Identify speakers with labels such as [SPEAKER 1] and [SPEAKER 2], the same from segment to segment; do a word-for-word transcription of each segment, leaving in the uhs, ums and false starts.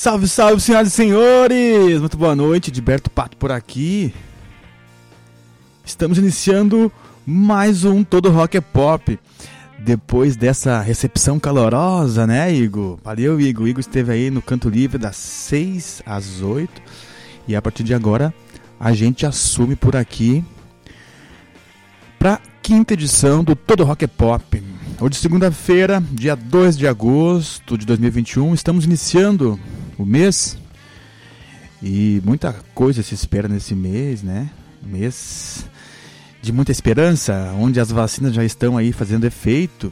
[SPEAKER 1] Salve, salve, senhoras e senhores! Muito boa noite, Edberto Pato por aqui. Estamos iniciando mais um Todo Rock é Pop. Depois dessa recepção calorosa, né, Igor? Valeu, Igor. O Igor esteve aí no Canto Livre das seis às oito. E a partir de agora, a gente assume por aqui para a quinta edição do Todo Rock é Pop. Hoje, segunda-feira, dia dois de agosto de dois mil e vinte e um, estamos iniciando o mês. E muita coisa se espera nesse mês, né? Mês de muita esperança, onde as vacinas já estão aí fazendo efeito.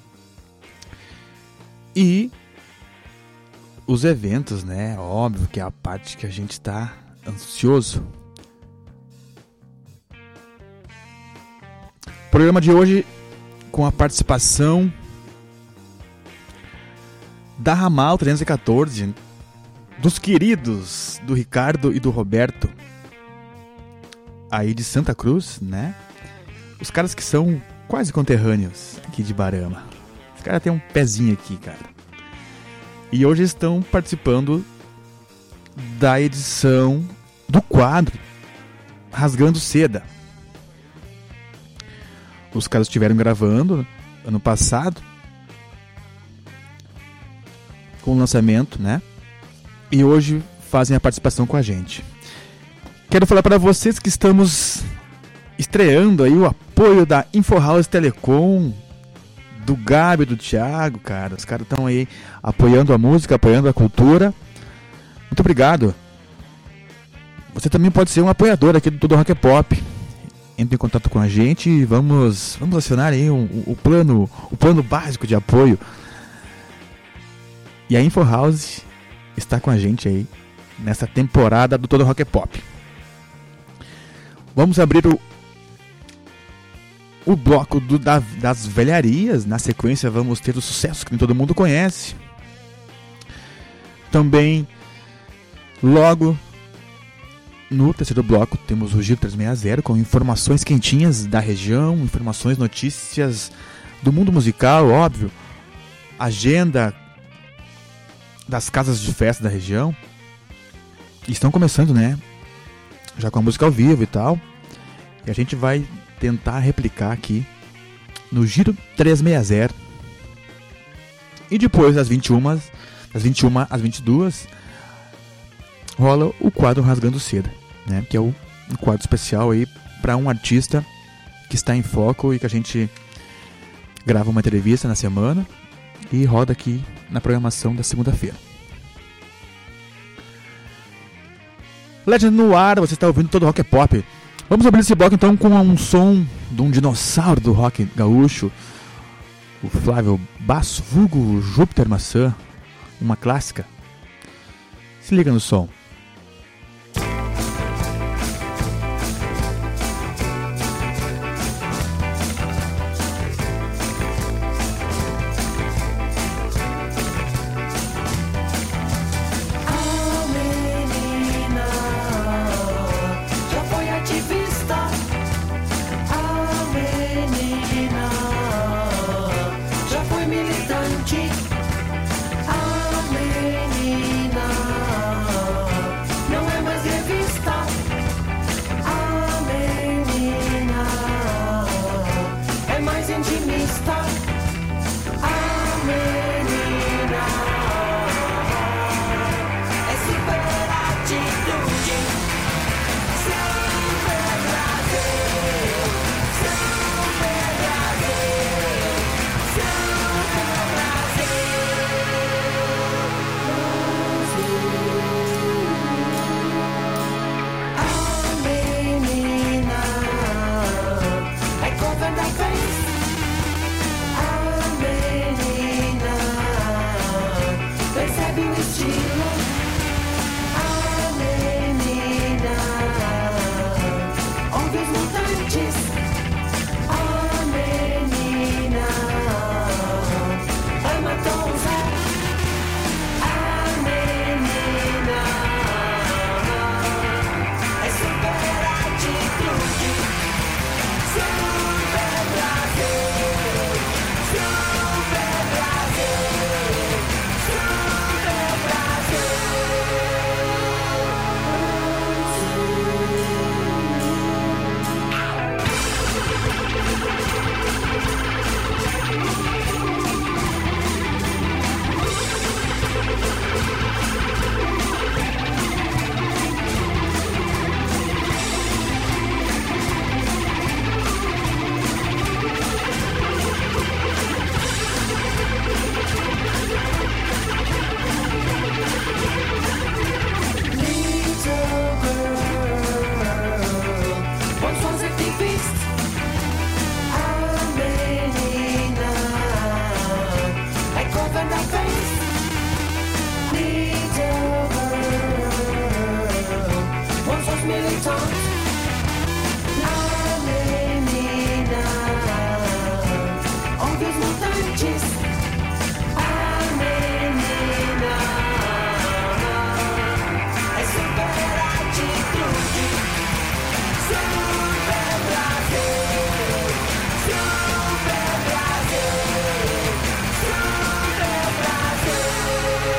[SPEAKER 1] E os eventos, né? Óbvio que é a parte que a gente está ansioso. Programa de hoje com a participação da Ramal trezentos e quatorze, dos queridos do Ricardo e do Roberto, aí de Santa Cruz, né? Os caras que são quase conterrâneos aqui de Barama. Os caras têm um pezinho aqui, cara. E hoje estão participando da edição do quadro Rasgando Seda. Os caras estiveram gravando ano passado com o lançamento, né? E hoje fazem a participação com a gente. Quero falar para vocês que estamos estreando aí o apoio da InfoHouse Telecom, do Gabi e do Thiago, cara. Os caras estão aí apoiando a música, apoiando a cultura. Muito obrigado. Você também pode ser um apoiador aqui do Todo Rock é Pop. Entre em contato com a gente e vamos, vamos acionar aí o, o, plano, o plano básico de apoio. E a InfoHouse está com a gente aí nessa temporada do Todo Rock é Pop. Vamos abrir o, o bloco do, da, das velharias. Na sequência vamos ter o sucesso que nem todo mundo conhece. Também, logo no terceiro bloco, temos o Giro trezentos e sessenta com informações quentinhas da região, informações, notícias do mundo musical, óbvio, agenda das casas de festa da região. E estão começando, né? Já com a música ao vivo e tal. E a gente vai tentar replicar aqui no Giro trezentos e sessenta. E depois, das vinte e uma, das vinte e uma às vinte e duas, rola o quadro Rasgando Seda, né? Que é o, um quadro especial aí para um artista que está em foco e que a gente grava uma entrevista na semana e roda aqui na programação da segunda-feira. Legend no ar, você está ouvindo Todo Rock é Pop. Vamos abrir esse bloco então com um som de um dinossauro do rock gaúcho, o Flávio Basso, vulgo Júpiter Maçã, uma clássica. Se liga no som.
[SPEAKER 2] A menina militantes. La menina ouve os mutantes. A menina é super atitude. Super Brasil, super Brasil, super Brasil.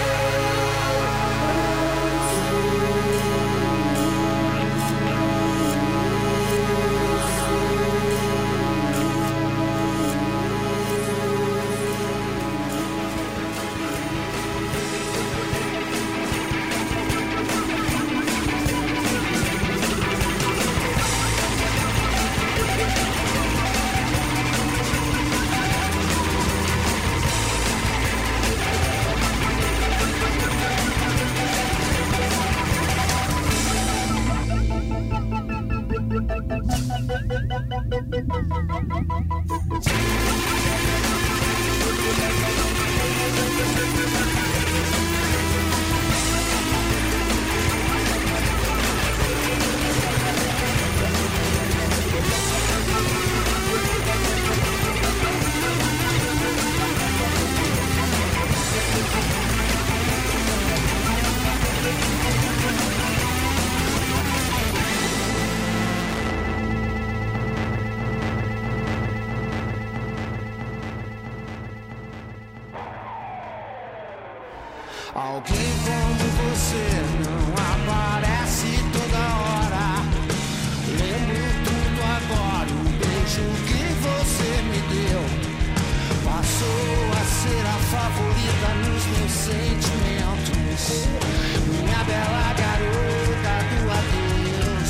[SPEAKER 3] Alguém como você não aparece toda hora. Lembro tudo agora, o beijo que você me deu passou a ser a favorita nos meus sentimentos. Minha bela garota do adeus,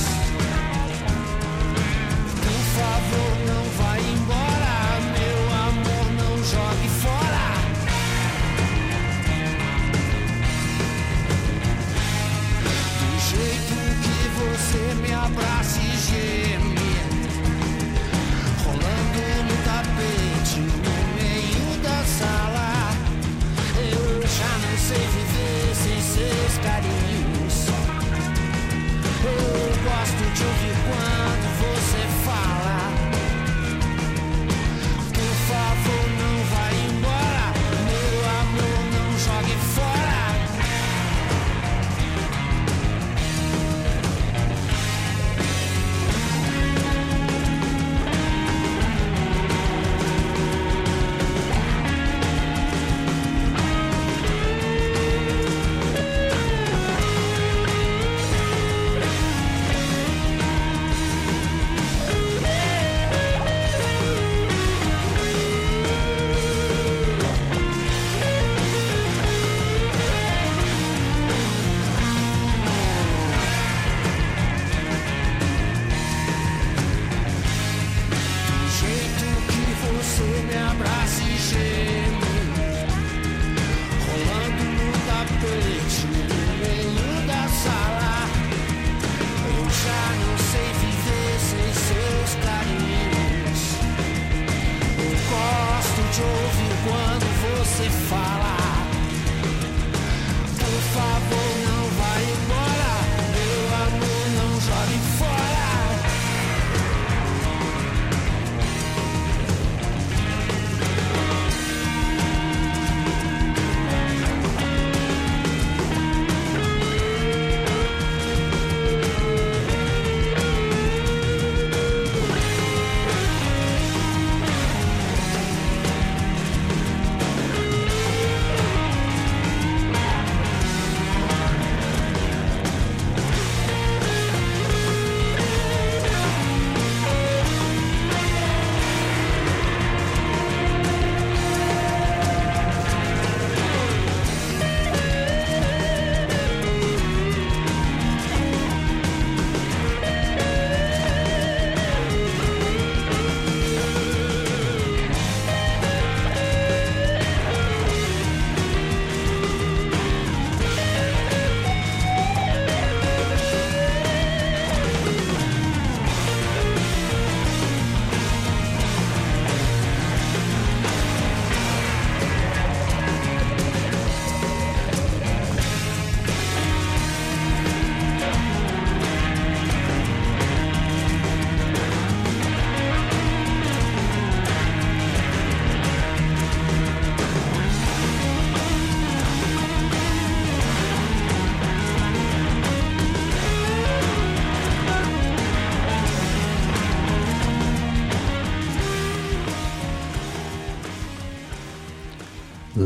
[SPEAKER 3] por favor não vá embora, meu amor, não jogue fora. Do jeito que você me abraça e geme, rolando no tapete no meio da sala. Eu já não sei viver sem seus carinhos. Eu gosto de ouvir quando você fala. Por favor não vá embora, meu amor, não jogue fora.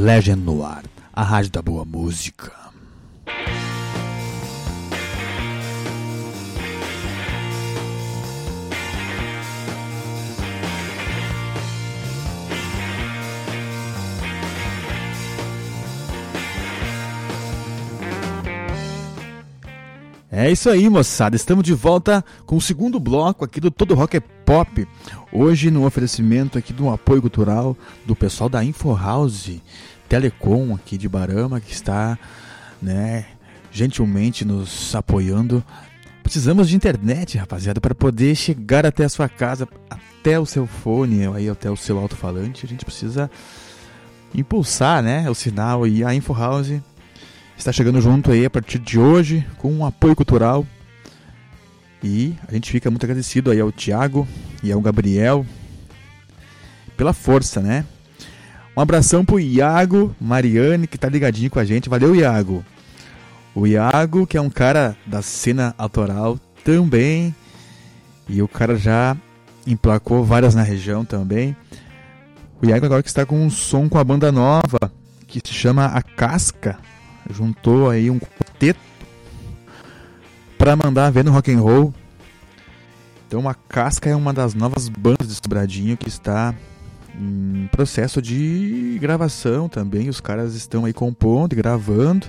[SPEAKER 1] Legend no ar, a rádio da boa música. É isso aí, moçada, estamos de volta com o segundo bloco aqui do Todo Rock é Pop. Hoje no oferecimento aqui de um apoio cultural do pessoal da InfoHouse Telecom aqui de Barama, que está, né, gentilmente nos apoiando. Precisamos de internet, rapaziada, para poder chegar até a sua casa, até o seu fone, aí até o seu alto-falante. A gente precisa impulsar, né, o sinal, e a InfoHouse está chegando junto aí a partir de hoje com um apoio cultural. E a gente fica muito agradecido aí ao Thiago e ao Gabriel pela força, né? Um abração pro Iago Mariane, que tá ligadinho com a gente. Valeu, Iago. O Iago, que é um cara da cena autoral também. E o cara já emplacou várias na região também. O Iago agora que está com um som com a banda nova, que se chama A Casca. Juntou aí um quarteto para mandar ver no rock and roll. Então a Casca é uma das novas bandas de Sobradinho que está em processo de gravação também. Os caras estão aí compondo e gravando.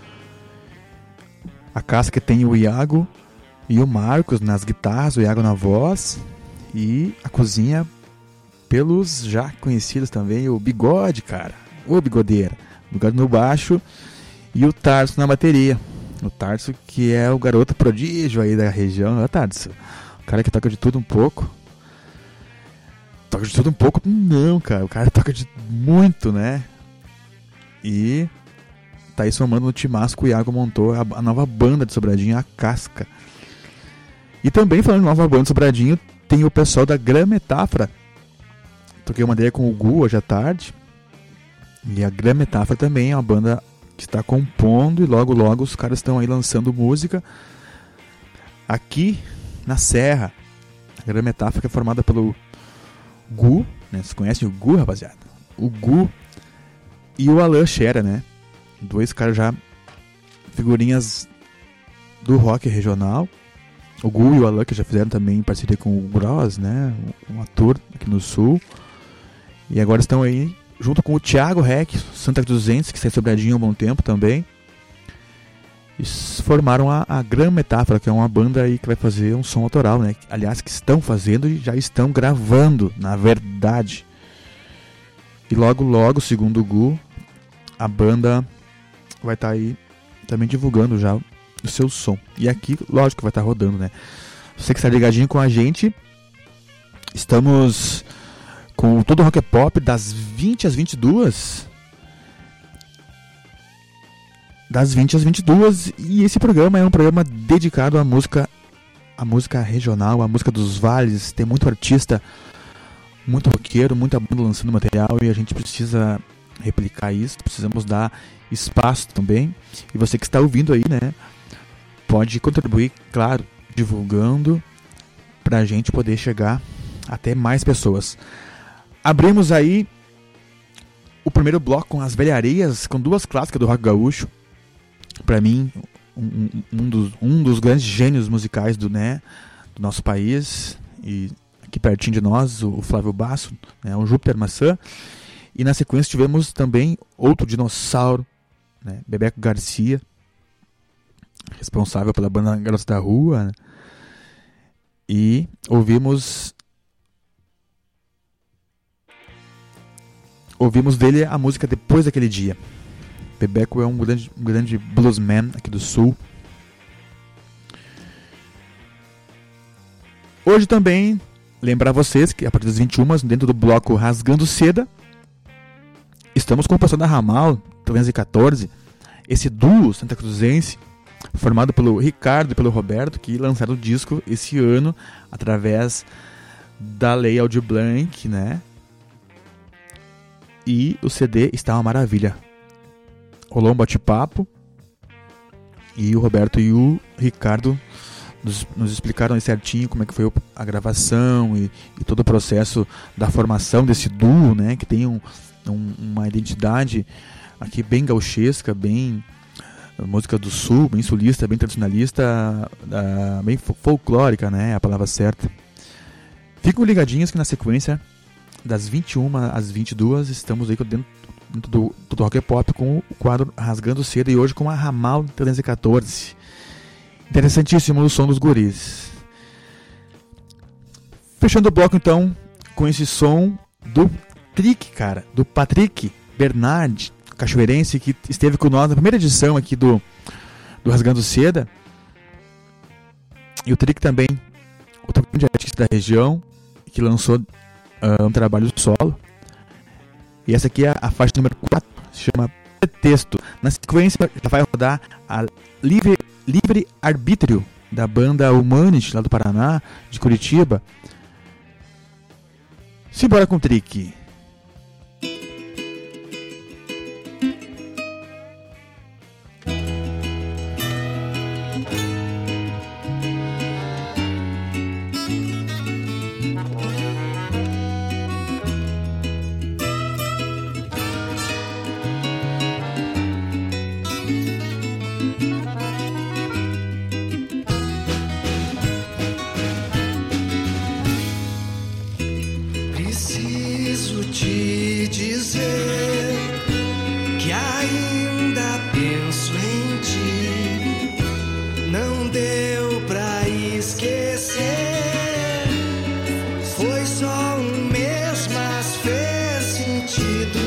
[SPEAKER 1] A Casca tem o Iago e o Marcos nas guitarras, o Iago na voz, e a cozinha pelos já conhecidos também, o Bigode, cara, o Bigodeira, Bigode no baixo. E o Tarso na bateria. O Tarso, que é o garoto prodígio aí da região. É o Tarso, o cara que toca de tudo um pouco. Toca de tudo um pouco? Não, cara. O cara toca de muito, né? E tá aí somando no timaço que o Iago montou a, a nova banda de Sobradinho, a Casca. E também, falando de nova banda de Sobradinho, tem o pessoal da Gran Metáfora. Toquei uma ideia com o Gu hoje à tarde. E a Gran Metáfora também é uma banda que está compondo, e logo logo os caras estão aí lançando música aqui na Serra. A Gran Metáfora é formada pelo Gu, né? Vocês conhecem o Gu, rapaziada? O Gu e o Alan Xera, né? Dois caras já figurinhas do rock regional. O Gu e o Alan, que já fizeram também em parceria com o Gross, né? Um ator aqui no Sul. E agora estão aí junto com o Thiago Reck, Santa duzentos, que está em Sobradinho há um bom tempo também. E formaram a, a Gran Metáfora, que é uma banda aí que vai fazer um som autoral, né? Aliás, que estão fazendo e já estão gravando, na verdade. E logo, logo, segundo o Gu, a banda vai estar tá aí também divulgando já o seu som. E aqui, lógico, vai estar tá rodando, né? Você que está ligadinho com a gente, estamos com todo o Rock é Pop das vinte às vinte e duas. Das vinte às vinte e duas. E esse programa é um programa dedicado à música, à música regional, à música dos vales. Tem muito artista, muito roqueiro, muita banda lançando material, e a gente precisa replicar isso. Precisamos dar espaço também. E você que está ouvindo aí, né, pode contribuir, claro, divulgando, para a gente poder chegar até mais pessoas. Abrimos aí o primeiro bloco com as velharias, com duas clássicas do rock gaúcho. Para mim, um, um, dos, um dos grandes gênios musicais do, né, do nosso país. E aqui pertinho de nós, o Flávio Basso, né, o Júpiter Maçã. E na sequência tivemos também outro dinossauro, né, Bebeco Garcia, responsável pela banda Garotos da Rua, né? E ouvimos Ouvimos dele a música Depois Daquele Dia. Bebeco é um grande, um grande bluesman aqui do Sul. Hoje também, lembrar vocês que a partir das vinte e uma, dentro do bloco Rasgando Seda, estamos com o pessoal da Ramal trezentos e quatorze, esse duo Santa Cruzense, formado pelo Ricardo e pelo Roberto, que lançaram o disco esse ano através da Lei Aldir Blanc, né? E o C D está uma maravilha. Rolou um bate-papo e o Roberto e o Ricardo nos, nos explicaram aí certinho como é que foi a gravação e, e todo o processo da formação desse duo, né? Que tem um, um, uma identidade aqui bem gauchesca, bem música do sul, bem sulista, bem tradicionalista, uh, bem folclórica, né, a palavra certa. Fiquem ligadinhos que na sequência, das vinte e uma às vinte e duas, estamos aí dentro, dentro do, do Rock and Pop com o quadro Rasgando Seda, e hoje com a Ramal trezentos e quatorze. Interessantíssimo o som dos guris. Fechando o bloco então com esse som do Trick, cara, do Patrick Bernard, cachoeirense, que esteve com nós na primeira edição aqui do, do Rasgando Seda. E o Trick também, outro grande artista da região, que lançou uh, um trabalho solo. E essa aqui é a faixa número quatro, se chama Pretexto. Na sequência já vai rodar a Livre, Livre Arbítrio, da banda Humanity, lá do Paraná, de Curitiba. Simbora com o Trick.
[SPEAKER 3] Preciso te dizer que ainda penso em ti. Não deu pra esquecer. Foi só um mês, mas fez sentido.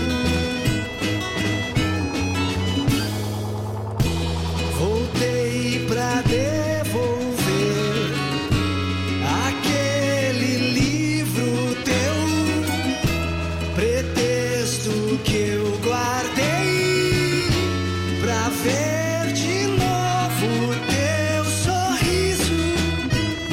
[SPEAKER 3] Voltei pra devolver aquele livro teu, pretexto que eu guardei pra ver de novo teu sorriso.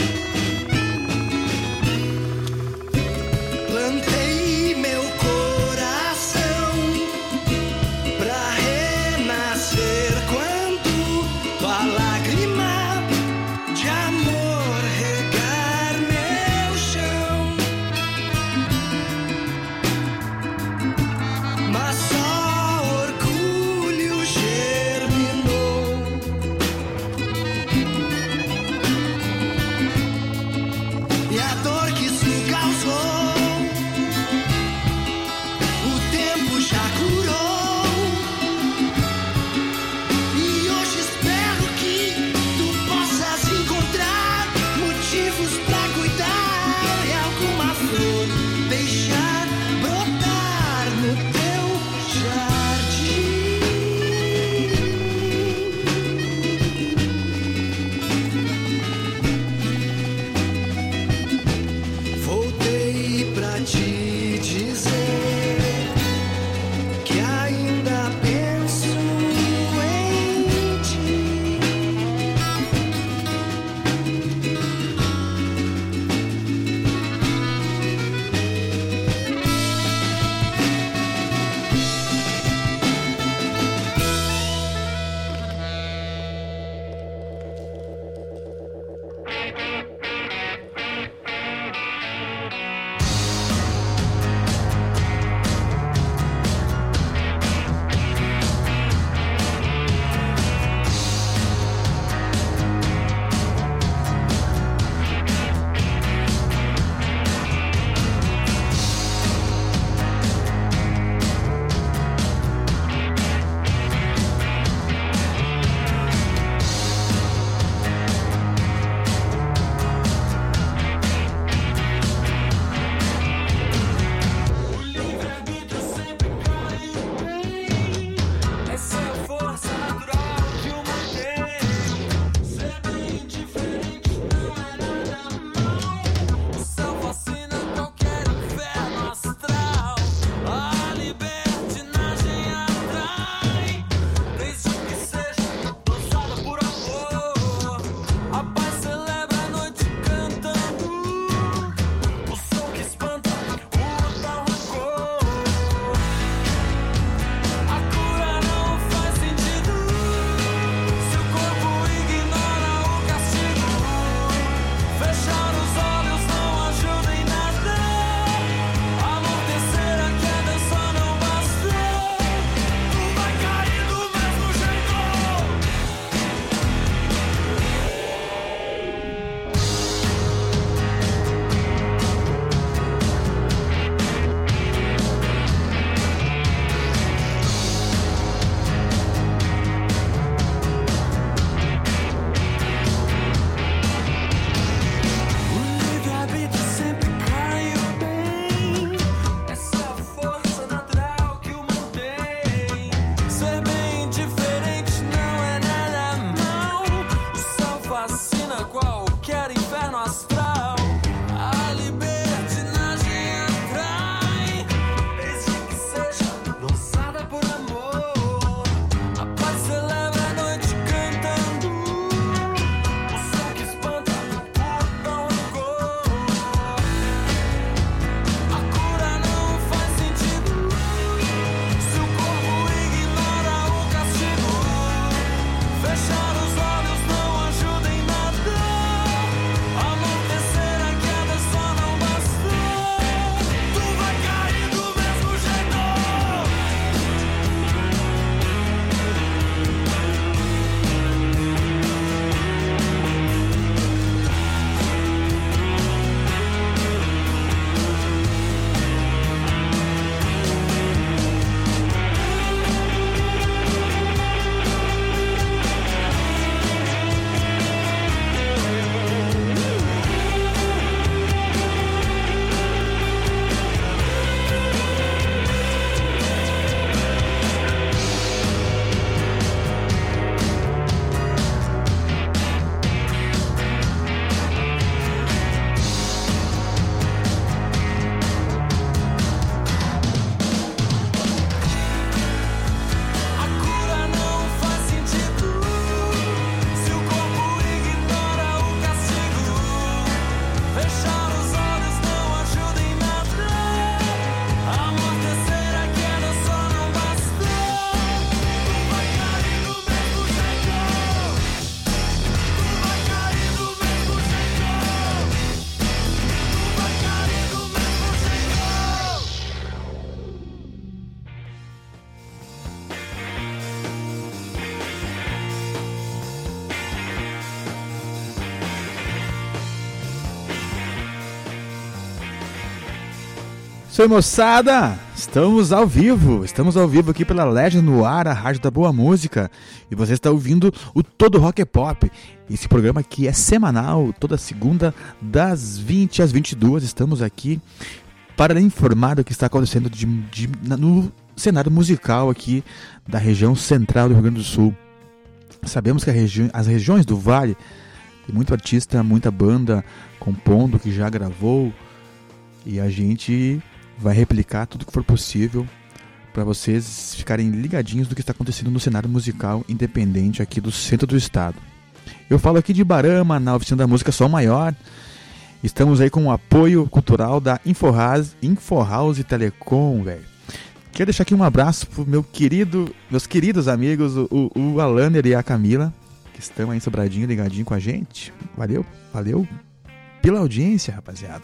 [SPEAKER 1] Isso aí, moçada! Estamos ao vivo, estamos ao vivo aqui pela Legend no ar, a rádio da boa música. E você está ouvindo o Todo Rock é Pop. Esse programa aqui é semanal, toda segunda, das vinte às vinte e duas. Estamos aqui para lhe informar do que está acontecendo de, de, no cenário musical aqui da região central do Rio Grande do Sul. Sabemos que a regi- as regiões do Vale tem muito artista, muita banda compondo que já gravou. E a gente vai replicar tudo que for possível para vocês ficarem ligadinhos do que está acontecendo no cenário musical independente aqui do centro do estado. Eu falo aqui de Barama, na oficina da música Sol Maior. Estamos aí com o apoio cultural da InfoHouse, InfoHouse Telecom, velho. Quero deixar aqui um abraço pro meu querido, meus queridos amigos, o, o Alander e a Camila, que estão aí em Sobradinho, ligadinho com a gente. Valeu, valeu pela audiência, rapaziada.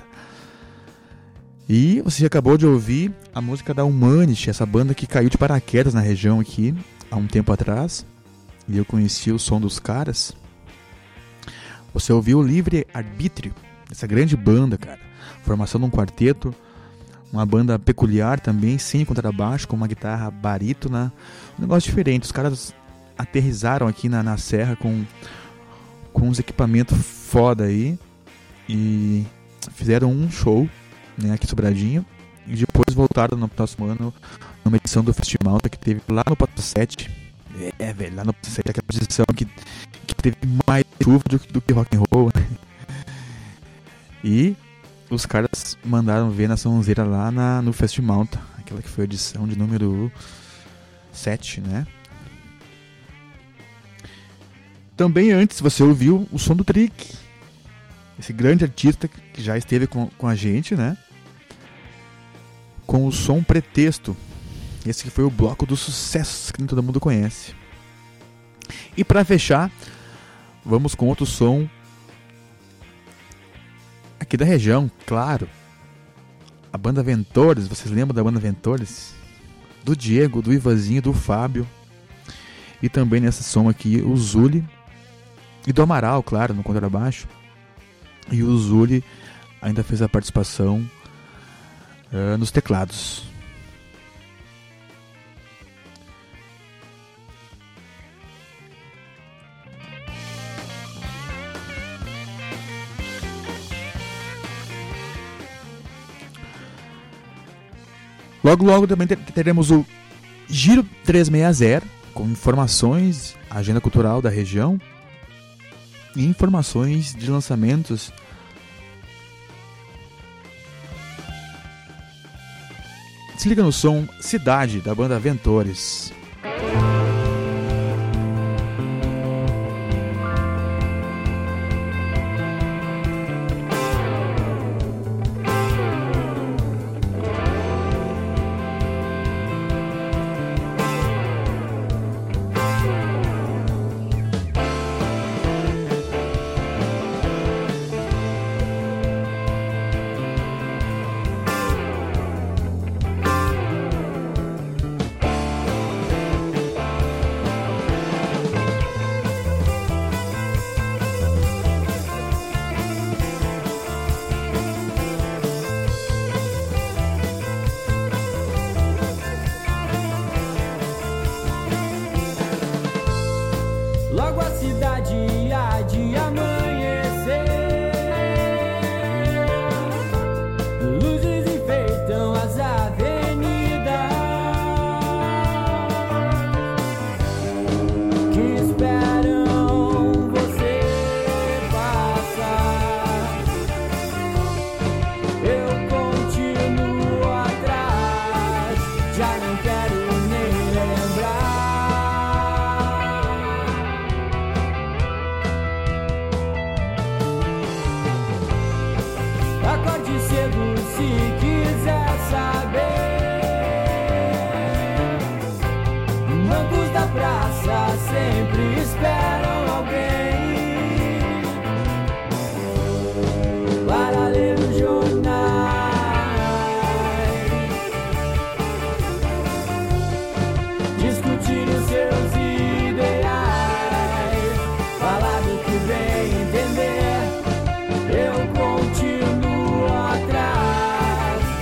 [SPEAKER 1] E você acabou de ouvir a música da Humanity, essa banda que caiu de paraquedas na região aqui há um tempo atrás. E eu conheci o som dos caras. Você ouviu o Livre Arbítrio, essa grande banda, cara. Formação de um quarteto, uma banda peculiar também, sem contrabaixo, com uma guitarra barítona. Um negócio diferente. Os caras aterrizaram aqui na, na serra com, com uns equipamentos foda aí. E fizeram um show, né, aqui em Sobradinho, e depois voltaram no próximo ano numa edição do Festival que teve lá no Pota sete. É, velho, lá no Pota sete, aquela edição que, que teve mais chuva do, do que rock and roll. E os caras mandaram ver na sonzeira lá na, no Festival, aquela que foi a edição de número sete, né? Também antes você ouviu o som do Trick, esse grande artista que já esteve com, com a gente, né? Com o som Pretexto. Esse que foi o bloco dos sucessos que nem todo mundo conhece. E para fechar, vamos com outro som aqui da região, claro. A banda Ventores, vocês lembram da banda Ventores? Do Diego, do Ivanzinho, do Fábio. E também nessa som aqui, o Zuli. E do Amaral, claro, no contrabaixo. E o Zuli ainda fez a participação uh, nos teclados. Logo, logo também teremos o Giro trezentos e sessenta, com informações, agenda cultural da região e informações de lançamentos. Se liga no som Cidade, da banda Ventores.
[SPEAKER 2] Logo a cidade há de amanhecer, luzes enfeitam as avenidas que esperam você passar. Eu continuo atrás, já não quero nem lembrar. Acorde cedo se quiser saber. Bancos da praça sempre esperam alguém para ler os jornais, discutir os seus ideais, falar do que bem entender. Eu continuo atrás,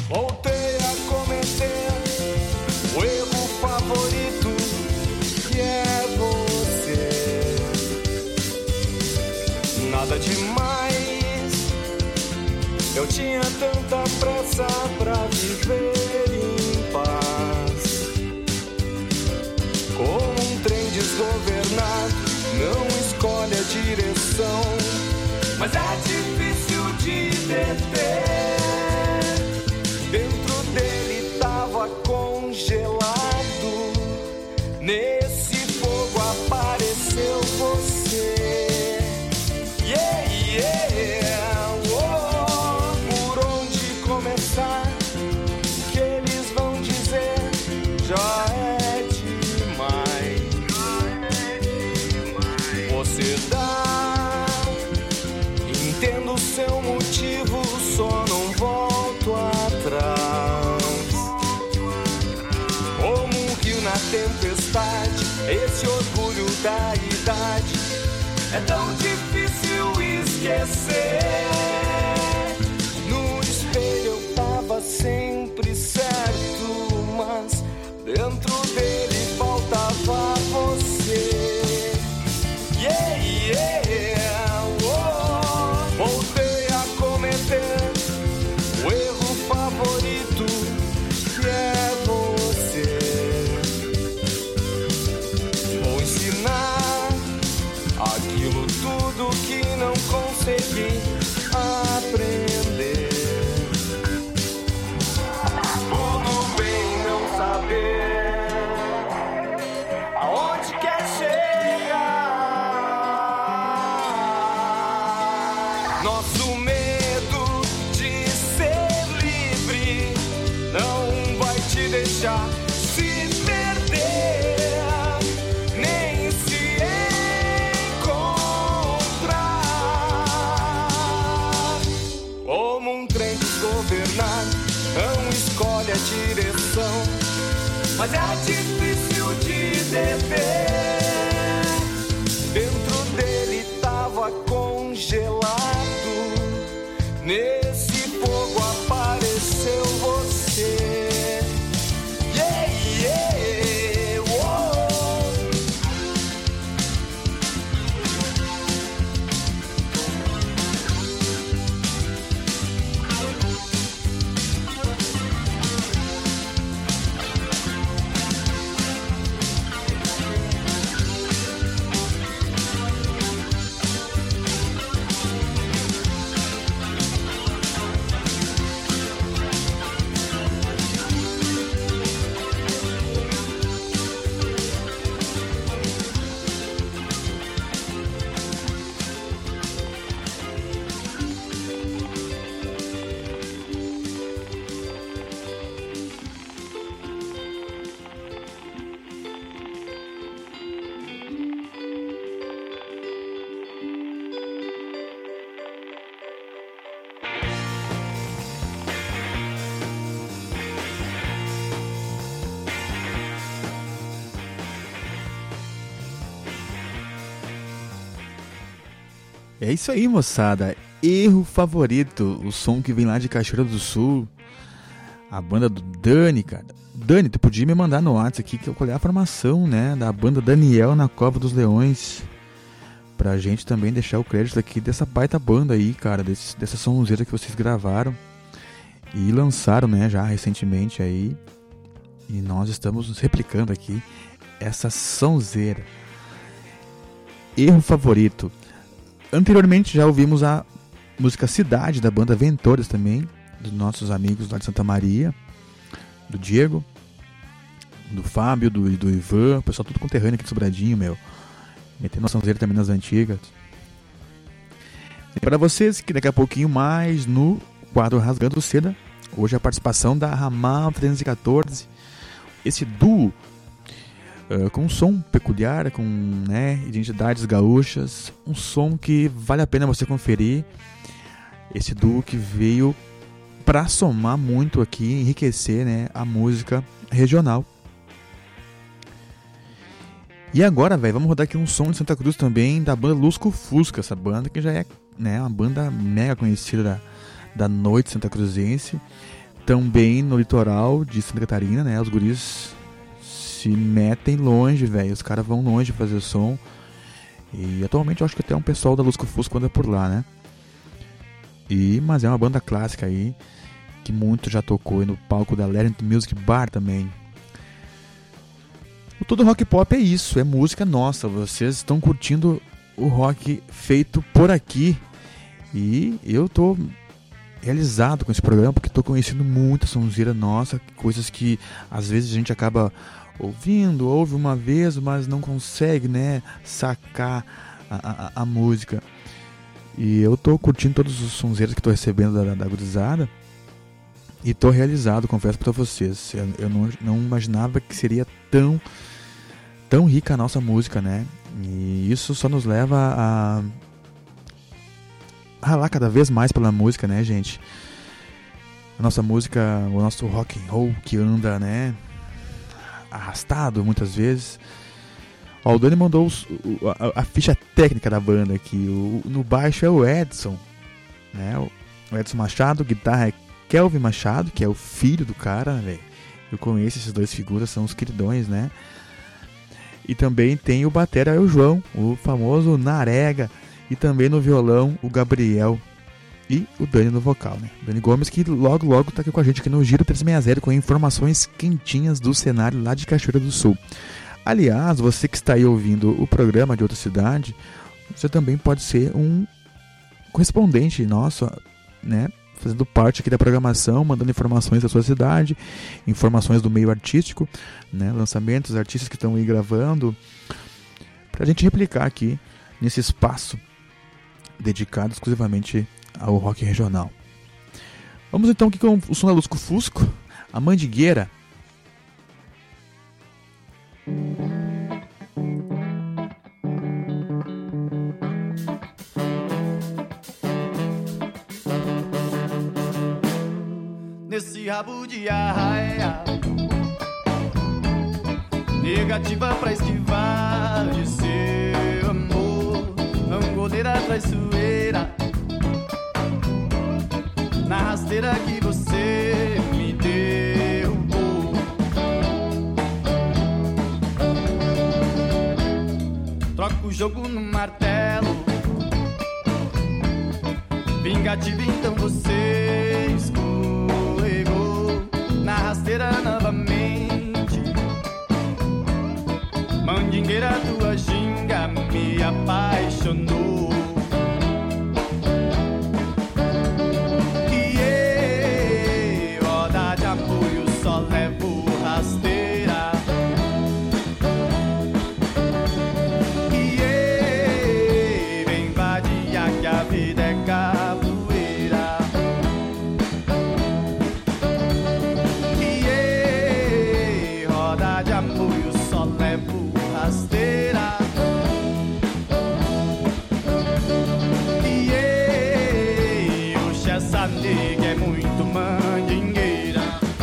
[SPEAKER 3] Voltei a cometer o erro favorito, que é você. Nada demais, eu tinha tanta pressa pra viver em paz. Como um trem desgovernado, não escolhe a direção, mas é difícil de deter. Dentro dele tava congelado, nesse fogo apareceu você. Yeah, yeah, oh, por onde começar? Que eles vão dizer, já é demais. Você dá, entendo o seu motivo, só não volto atrás. Como um rio na tempestade, esse orgulho da idade é tão difícil esquecer. No espelho eu tava sempre certo, mas dentro dele faltava você. Yeah, yeah, oh, voltei a cometer o erro favorito, que é você. Vou ensinar aquilo tudo que não consegui aprender. Tudo bem não saber aonde quer chegar. Nosso medo de ser livre não vai te deixar se perder, nem se encontrar. Como um trem desgovernado, não escolhe a direção, mas é difícil de deter. Dentro dele tava congelado, nesse fogo apareceu você. Yeah, yeah, oh.
[SPEAKER 1] É isso aí, moçada. Erro favorito, o som que vem lá de Cachoeira do Sul, a banda do Dani, cara. Dani, tu podia me mandar no WhatsApp aqui que eu colhei a formação, né, da banda Daniel na Cova dos Leões, pra gente também deixar o crédito aqui dessa baita banda aí, cara, desse, dessa sonzeira que vocês gravaram e lançaram, né, já recentemente aí, e nós estamos replicando aqui essa sonzeira. Erro favorito. Anteriormente já ouvimos a música Cidade, da banda Ventores também, dos nossos amigos lá de Santa Maria, do Diego, do Fábio, do, do Ivan, o pessoal tudo conterrâneo aqui de Sobradinho, meu. Metendo noção dele também nas antigas. E para vocês que daqui a pouquinho mais no quadro Rasgando Seda, hoje a participação da Ramal trezentos e quatorze, esse duo Uh, com um som peculiar, com, né, identidades gaúchas, um som que vale a pena você conferir. Esse duo que veio para somar muito aqui, enriquecer, né, a música regional. E agora, velho, vamos rodar aqui um som de Santa Cruz também, da banda Lusco Fusca, essa banda que já é, né, uma banda mega conhecida da, da noite santacruzense. também no litoral de Santa Catarina, né? Os guris se metem longe, velho. Os caras vão longe fazer som. E atualmente eu acho que até um pessoal da Lusco Fusco anda por lá, né? E, mas é uma banda clássica aí, que muito já tocou aí no palco da Legend Music Bar também. O Tudo Rock Pop é isso, é música nossa. Vocês estão curtindo o rock feito por aqui. E eu tô realizado com esse programa, porque tô conhecendo muita sonzeira nossa, coisas que às vezes a gente acaba ouvindo, ouve uma vez, mas não consegue, né, sacar a, a, a música. E eu tô curtindo todos os sonzeiros que tô recebendo da, da gurizada. E tô realizado, confesso pra vocês. Eu, eu não, não imaginava que seria tão, tão rica a nossa música, né? E isso só nos leva a ralar cada vez mais pela música, né, gente? A nossa música, o nosso rock and roll que anda, né, arrastado muitas vezes. Ó, o Dani mandou os, o, a, a ficha técnica da banda aqui. O, no baixo é o Edson, né? O Edson Machado, guitarra é Kelvin Machado, que é o filho do cara, velho. Eu conheço esses dois figuras, são os queridões, né? E também tem o batera, é o João, o famoso Narega. E também no violão, o Gabriel e o Dani no vocal, né? Dani Gomes, que logo, logo tá aqui com a gente aqui no Giro trezentos e sessenta com informações quentinhas do cenário lá de Cachoeira do Sul. Aliás, você que está aí ouvindo o programa de outra cidade, você também pode ser um correspondente nosso, né? Fazendo parte aqui da programação, mandando informações da sua cidade, informações do meio artístico, né? Lançamentos, artistas que estão aí gravando, para a gente replicar aqui nesse espaço dedicado exclusivamente ao rock regional. Vamos então aqui com o som da Lusco Fusco, a Mandingueira.
[SPEAKER 2] Nesse rabo de arraia, negativa pra esquivar de seu amor, angoleira traiçoeira, na rasteira que você me derrubou. Troca o jogo no martelo, vingativo então você escorregou na rasteira novamente. Mandingueira, tua ginga me apaixonou. E eu, roda de apoio, só levo rasteira. E eu, vem vadia que a vida é capoeira. E eu, roda de apoio, só levo rasteira. E eu, oxe, essa nega é muito mandingueira.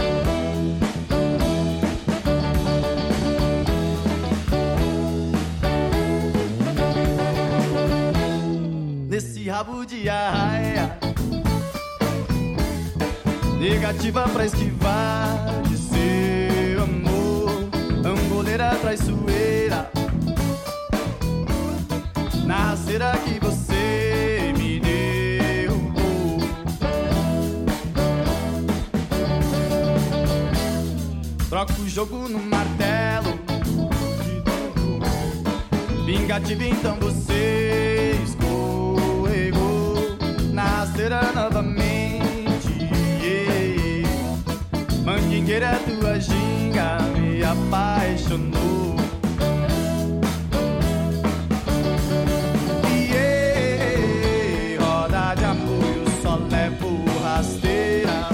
[SPEAKER 2] Nesse rabo de arraia, negativa pra esquivar de seu amor, angoleira traiçoeira, na rasteira que você me derrubou. Troca o jogo no martelo, vingativo então você escorregou na rasteira novamente. Yeah. Mandingueira, tua ginga me apaixonou. Yeah. Roda de apoio, só levo rasteira.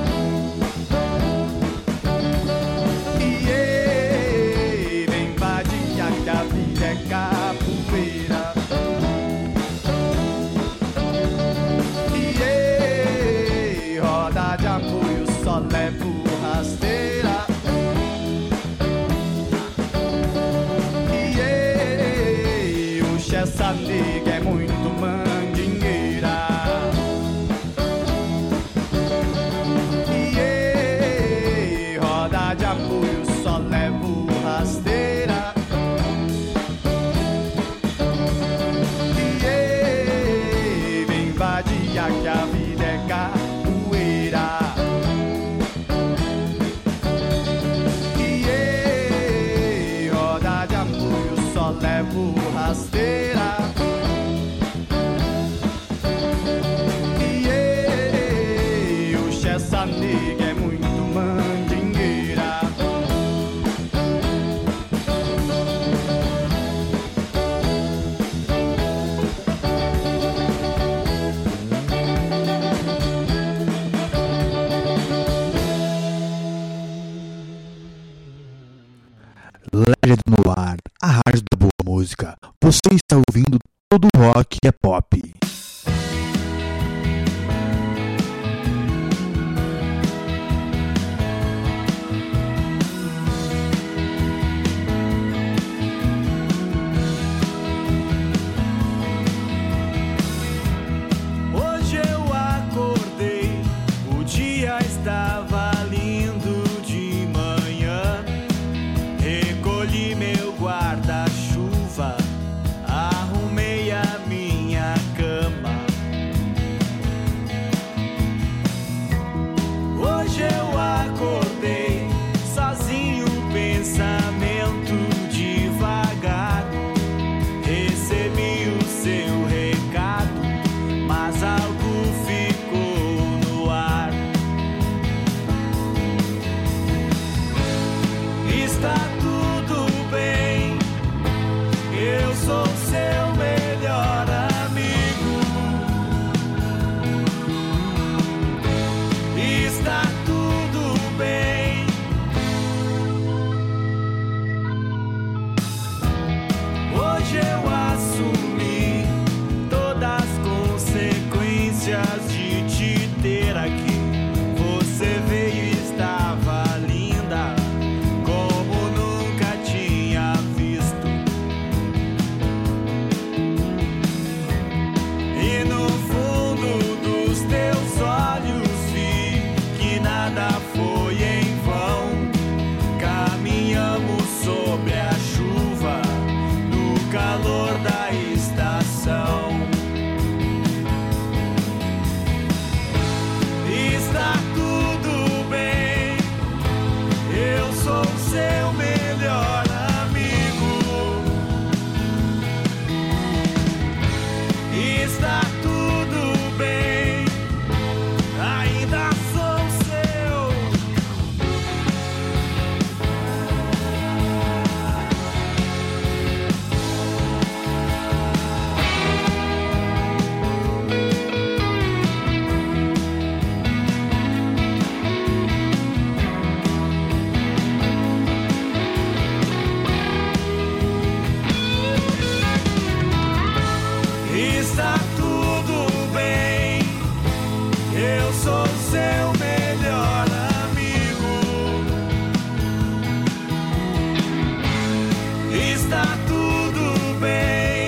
[SPEAKER 2] Yeah. Vem vadia que a vida é capoeira. Yeah. Roda de apoio, só levo rasteira. essa nega é muito mandingueira.
[SPEAKER 1] Legend no ar, a rádio da boa música. Você está ouvindo todo rock é pop.
[SPEAKER 2] Hoje eu acordei, o dia estava lindo de manhã. Recolhi meu guarda-chuva, arrumei a minha cama. Hoje eu acordei, sozinho, pensamento devagar. Recebi o seu recado, mas algo ficou no ar. Está tudo bem, eu sou seu melhor amigo. Está tudo bem. Hoje eu assumi todas as consequências de te ter aqui. Você veio e estava linda, como nunca tinha visto. E no fundo dos teus olhos vi que nada foi em vão. Caminhamos sobre a chuva, no calor da estação. Está tudo bem, eu sou seu melhor amigo. Está tudo bem, ainda sou seu. Está tudo bem, eu sou seu melhor amigo. Está tudo bem.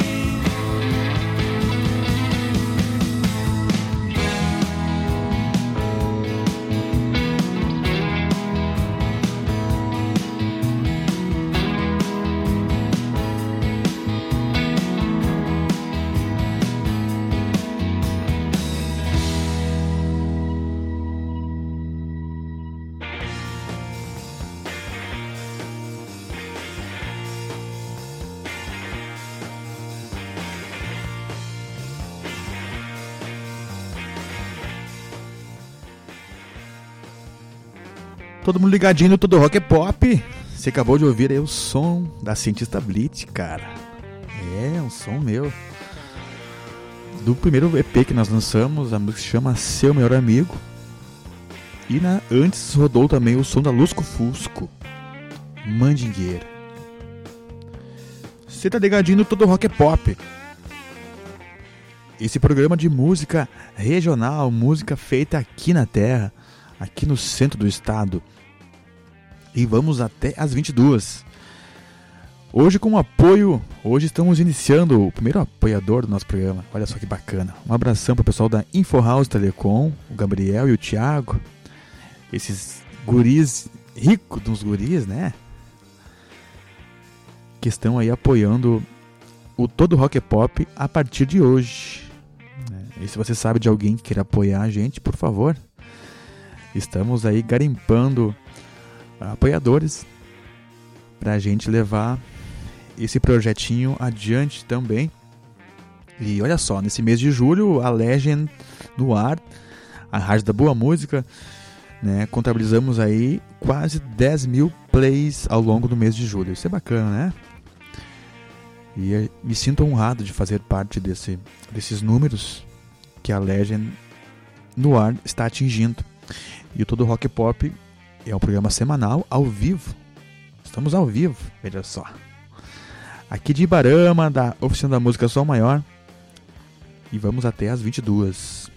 [SPEAKER 1] Todo mundo ligadinho no Todo Rock é Pop. Você acabou de ouvir aí o som da Cientista Blitz, cara. É, um som meu. Do primeiro E P que nós lançamos, a música se chama Seu Melhor Amigo. E na, antes rodou também o som da Lusco Fusco, Mandingueira. Você tá ligadinho no Todo Rock é Pop. Esse programa de música regional, música feita aqui na terra, aqui no centro do estado. E vamos até às vinte e duas. Hoje com apoio, hoje estamos iniciando o primeiro apoiador do nosso programa. Olha só que bacana. Um abração para o pessoal da InfoHouse Telecom, o Gabriel e o Thiago. Esses guris, ricos dos guris, né? Que estão aí apoiando o Todo Rock é Pop a partir de hoje. E se você sabe de alguém que queira apoiar a gente, por favor, estamos aí garimpando apoiadores para a gente levar esse projetinho adiante também. E olha só, nesse mês de julho, a Legend no ar, a rádio da boa música, né? Contabilizamos aí quase dez mil plays ao longo do mês de julho. Isso é bacana, né? E me sinto honrado de fazer parte desse, desses números que a Legend no ar está atingindo. E o Todo Rock Pop é um programa semanal ao vivo. Estamos ao vivo, veja só. Aqui de Ibarama, da Oficina da Música Sol Maior. E vamos até às vinte e duas.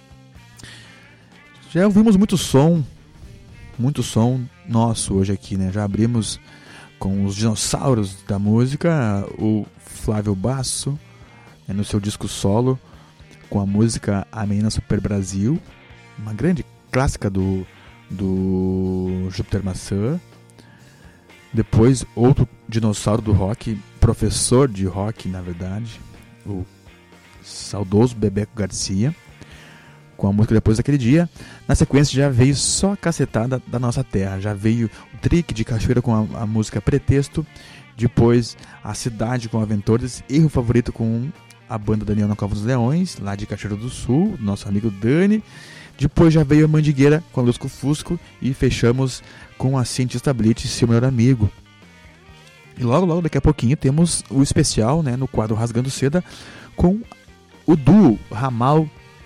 [SPEAKER 1] Já ouvimos muito som, muito som nosso hoje aqui, né? Já abrimos com os dinossauros da música, o Flávio Basso, né, no seu disco solo, com a música A Menina Super Brasil, uma grande clássica do, do Júpiter Maçã. Depois, outro dinossauro do rock, professor de rock, na verdade, o saudoso Bebeco Garcia, com a música Depois Daquele Dia. Na sequência já veio só a cacetada da nossa terra, já veio o Trick de Cachoeira com a, a música Pretexto, depois a Cidade com Aventores, Erro Favorito com a banda Daniel na Cova dos Leões, lá de Cachoeira do Sul, nosso amigo Dani. Depois já veio a Mandigueira com a Lusco Fusco e fechamos com a Cientista Blitz, seu melhor amigo. E logo, logo, daqui a pouquinho, temos o especial, né, no quadro Rasgando Seda, com o duo Ramal,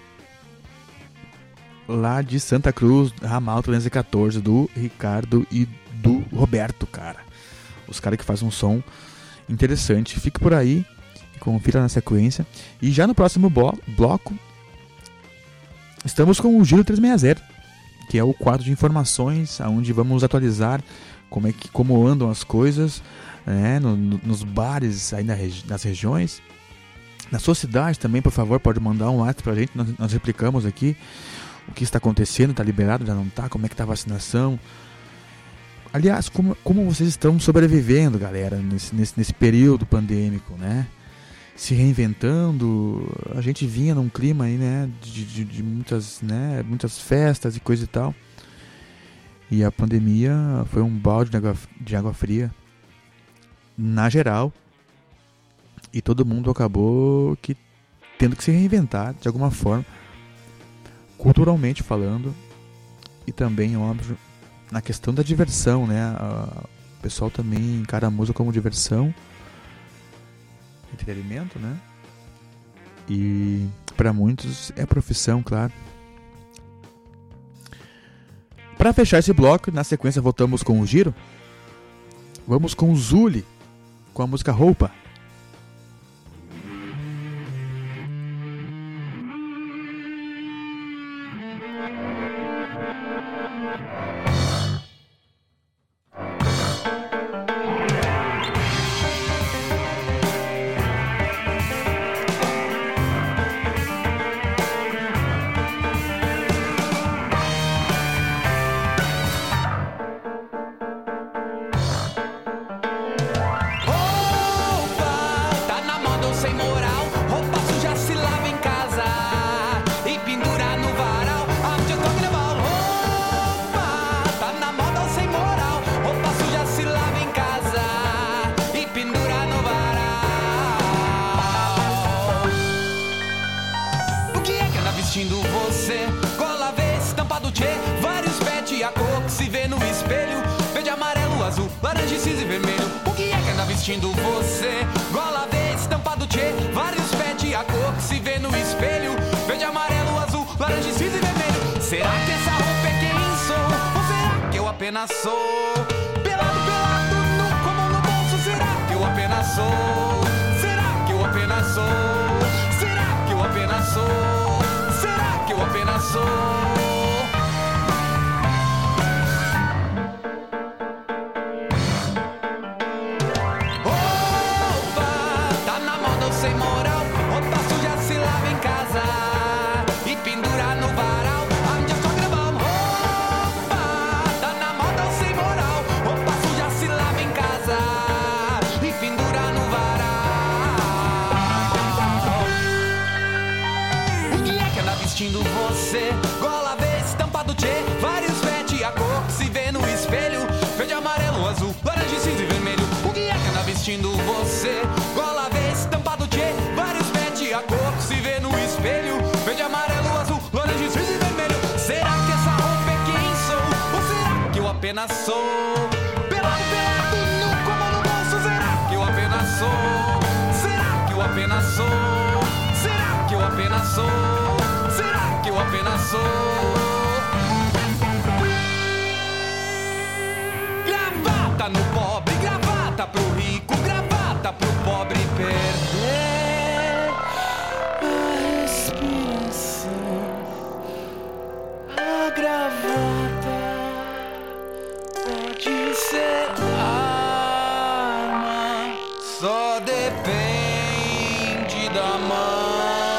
[SPEAKER 1] lá de Santa Cruz, Ramal trezentos e quatorze, do Ricardo e do Roberto, cara. Os caras que fazem um som interessante. Fique por aí e confira na sequência. E já no próximo blo- bloco, estamos com o Giro trezentos e sessenta, que é o quadro de informações, onde vamos atualizar como, é que, como andam as coisas, né, no, no, nos bares aí na regi- nas regiões. Na sua cidade também, por favor, pode mandar um WhatsApp pra gente, nós, nós replicamos aqui o que está acontecendo, está liberado, já não está, como é que está a vacinação. Aliás, como, como vocês estão sobrevivendo, galera, nesse, nesse, nesse período pandêmico, né? Se reinventando. A gente vinha num clima aí, né, de, de, de muitas, né, muitas festas e coisa e tal. E a pandemia foi um balde de água, de água fria na geral. E todo mundo acabou que tendo que se reinventar de alguma forma, culturalmente falando, e também, óbvio, na questão da diversão, né? O pessoal também encara a música como diversão, entretenimento, né? E para muitos é profissão, claro. Para fechar esse bloco, na sequência voltamos com o Giro. Vamos com o Zuli, com a música Roupa.
[SPEAKER 3] Vestindo você, gola verde, estampado tchê, vários pet a cor que se vê no espelho, verde, amarelo, azul, laranja, cinza e vermelho. Será que essa roupa é quem sou? Ou será que eu apenas sou? Pelado, pelado, nu, como no bolso, será que eu apenas sou? Será que eu apenas sou? Será que eu apenas sou? Será que eu apenas sou? Vestindo você,
[SPEAKER 2] apenas sou? Pelado, pelado, nu como no bolso. Será que eu apenas sou? Será que eu apenas sou? Será que eu apenas sou? Será que eu apenas sou? Gravata no pobre, gravata pro rico, gravata pro pobre perder a respiração. A gravata pode ser arma, só depende da mão.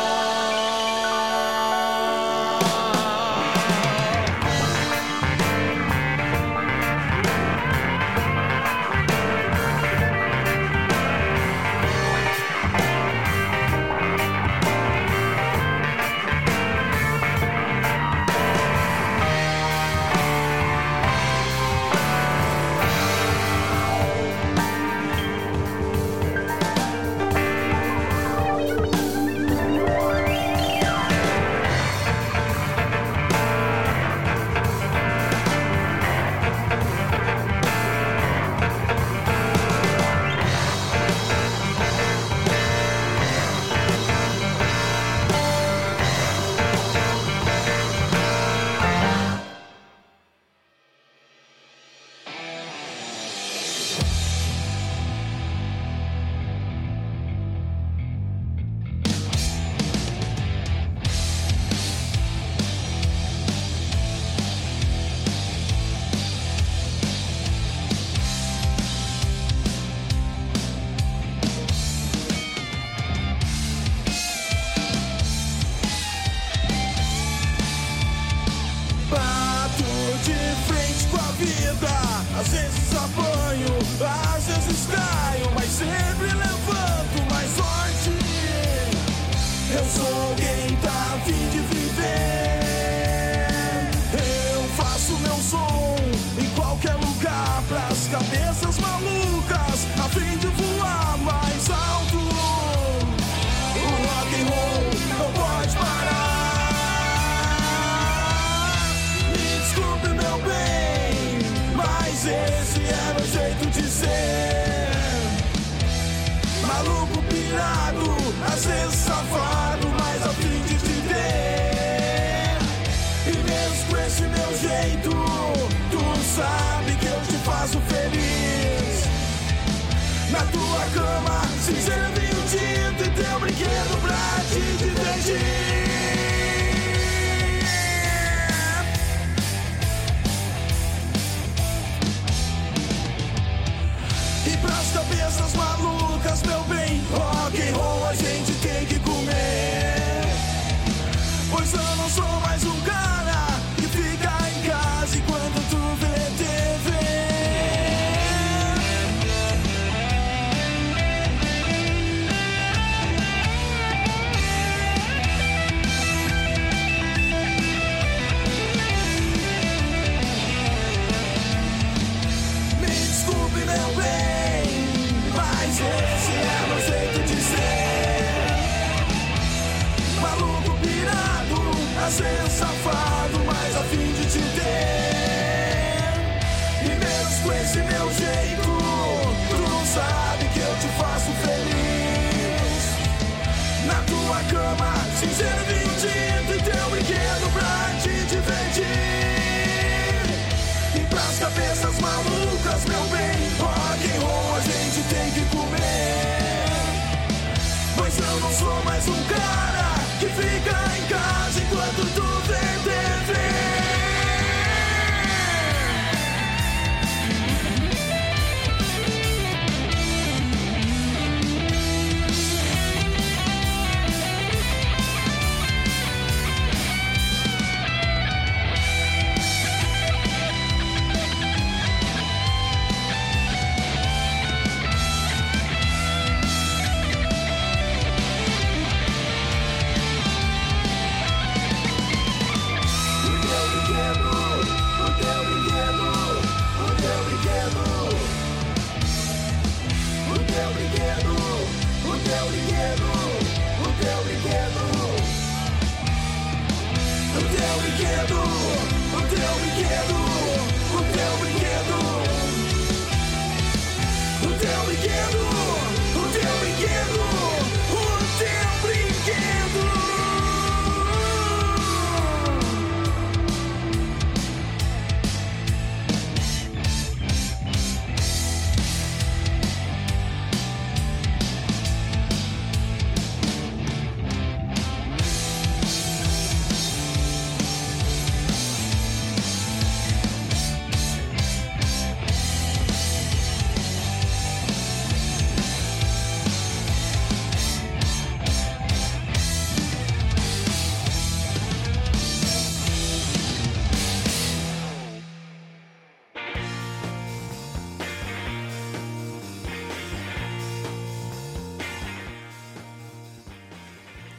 [SPEAKER 3] Às vezes apanho, às vezes caio, mas sempre levanto mais forte. Eu sou quem tá a fim de viver. Eu faço meu som em qualquer lugar, pras cabeças malucas, a fim de voar mais alto. O rock and roll não pode parar. Me desculpe, meu bem, mas esse é meu jeito de ser. Maluco, pirado, às vezes safado, mas a fim de te ter. E mesmo com esse meu jeito, tu sabe que eu te faço feliz. Na tua cama, cinzeiro vinho tinto e teu brinquedo pra te divertir. Pras cabeças malucas, meu bem, rock and roll a gente tem que comer. Pois eu não sou mais um cara que fica em casa enquanto tu vê T V. Me desculpe, meu bem, mas esse é meu jeito de ser. Maluco, pirado, às vezes safado, mas a fim de te ter. E mesmo com esse meu jeito, tu não sabe que eu te faço feliz. Na tua cama, cinzeiro vinho tinto e teu brinquedo pra te divertir. E pras cabeças malucas, meu bem, rock and roll a gente tem que comer. Pois eu não sou mais um cara que fica em casa enquanto tu vê T V.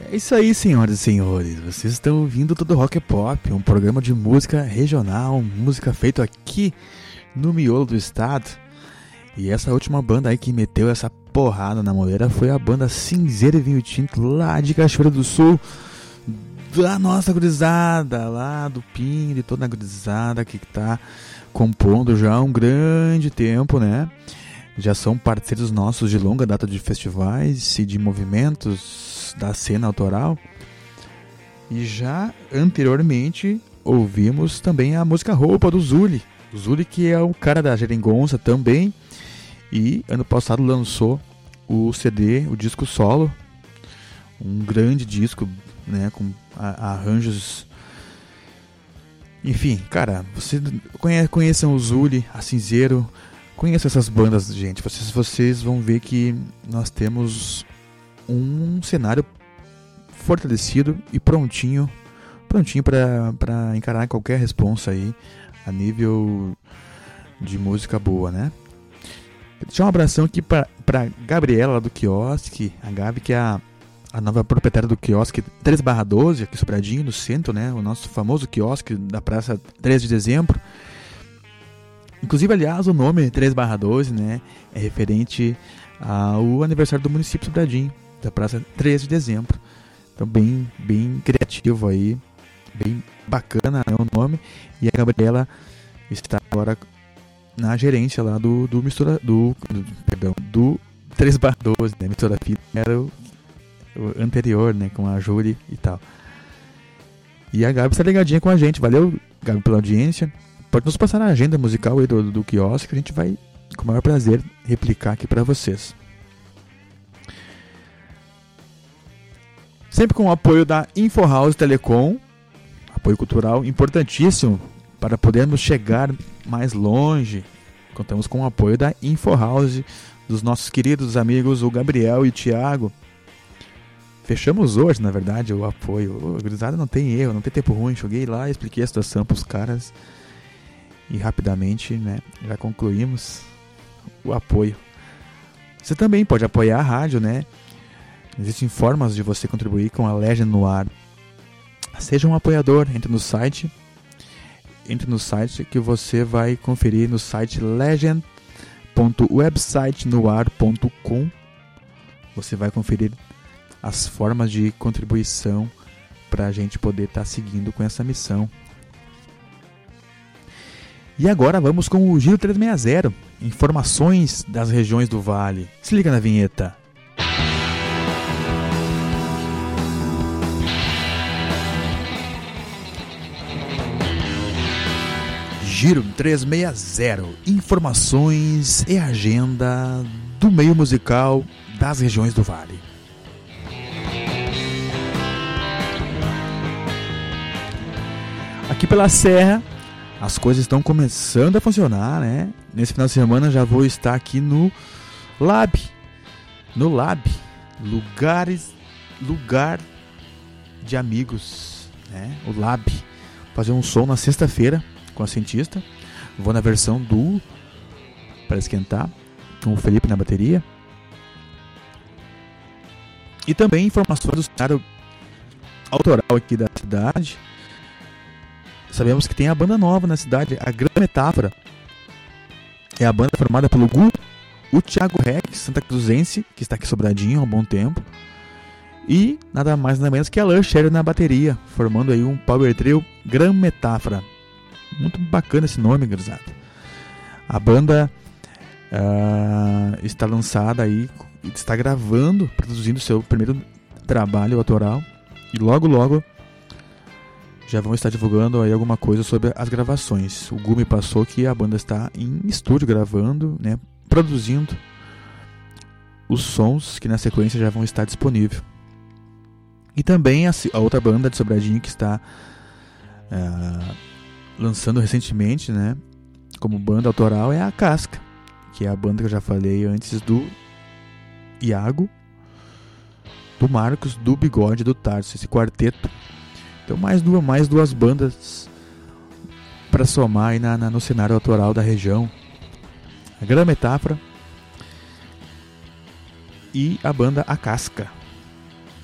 [SPEAKER 1] É isso aí, senhoras e senhores. Vocês estão ouvindo Tudo Rock e Pop, um programa de música regional, música feito aqui no miolo do estado. E essa última banda aí que meteu essa porrada na moleira foi a banda Cinzeiro e Vinho Tinto, lá de Cachoeira do Sul, da nossa gurizada, lá do Pim, de toda a gurizada que tá compondo já há um grande tempo, né? Já são parceiros nossos de longa data de festivais e de movimentos da cena autoral. E já anteriormente ouvimos também a música Roupa do Zuli. O Zuli, que é o cara da Geringonça também. E ano passado lançou o C D, o disco solo. Um grande disco, né, com arranjos. Enfim, cara, vocês conheçam o Zuli, a Cinzeiro. Conheçam essas bandas, gente. Vocês, vocês vão ver que nós temos um cenário fortalecido e prontinho prontinho para encarar qualquer responsa aí a nível de música boa, né? Deixar um abração aqui para Gabriela lá do quiosque, a Gabi, que é a, a nova proprietária do quiosque três barra doze, aqui Sobradinho, no centro, né? O nosso famoso quiosque da Praça três de dezembro. Inclusive, aliás, o nome três barra doze, né, é referente ao aniversário do município de Sobradinho, da Praça três de dezembro. Então, bem, bem criativo aí, bem bacana, né, o nome. E a Gabriela está agora na gerência lá do, do Mistura... Do, do, perdão, do três barra doze, né, Mistura Fita, era o, o anterior, né, com a Júlia e tal. E a Gabi está ligadinha com a gente. Valeu, Gabi, pela audiência. Pode nos passar na agenda musical aí do, do, do quiosque, que a gente vai, com o maior prazer, replicar aqui para vocês. Sempre com o apoio da InfoHouse Telecom, apoio cultural importantíssimo para podermos chegar mais longe. Contamos com o apoio da InfoHouse, dos nossos queridos amigos o Gabriel e o Thiago. Fechamos hoje, na verdade, o apoio. O gurizada não tem erro, não tem tempo ruim. Cheguei lá e expliquei a situação para os caras. E rapidamente, né, já concluímos o apoio. Você também pode apoiar a rádio, né? Existem formas de você contribuir com a Legend no ar. Seja um apoiador, entre no site. Entre no site que você vai conferir no site legend ponto website no ar ponto com. Você vai conferir as formas de contribuição para a gente poder estar tá seguindo com essa missão. E agora vamos com o Giro trezentos e sessenta, informações das regiões do Vale. Se liga na vinheta. Giro trezentos e sessenta, informações e agenda do meio musical das regiões do Vale. Aqui pela Serra, as coisas estão começando a funcionar, né? Nesse final de semana já vou estar aqui no Lab. No Lab. Lugares, lugar de amigos, né? O Lab. Fazer um som na sexta-feira com a cientista. Vou na versão do para esquentar, com o Felipe na bateria. E também informações do cenário autoral aqui da cidade. Sabemos que tem a banda nova na cidade, a Grande Metáfora. É a banda formada pelo Gu, o Thiago Rex, Santa Cruzense, que está aqui Sobradinho há um bom tempo. E nada mais nada menos que a Lusher na bateria, formando aí um power trio Grande Metáfora. Muito bacana esse nome, gurizada. A banda uh, está lançada aí, está gravando, produzindo seu primeiro trabalho autoral. E logo logo já vão estar divulgando aí alguma coisa sobre as gravações. O Gu me passou que a banda está em estúdio gravando, né, produzindo os sons que na sequência já vão estar disponíveis. E também a, a outra banda de Sobradinho que está uh, lançando recentemente, né, como banda autoral é a Casca, que é a banda que eu já falei antes do Iago, do Marcos, do Bigode e do Tarso, esse quarteto. Então mais duas, mais duas bandas para somar aí na, na, no cenário autoral da região. A Grande Metáfora e a banda A Casca.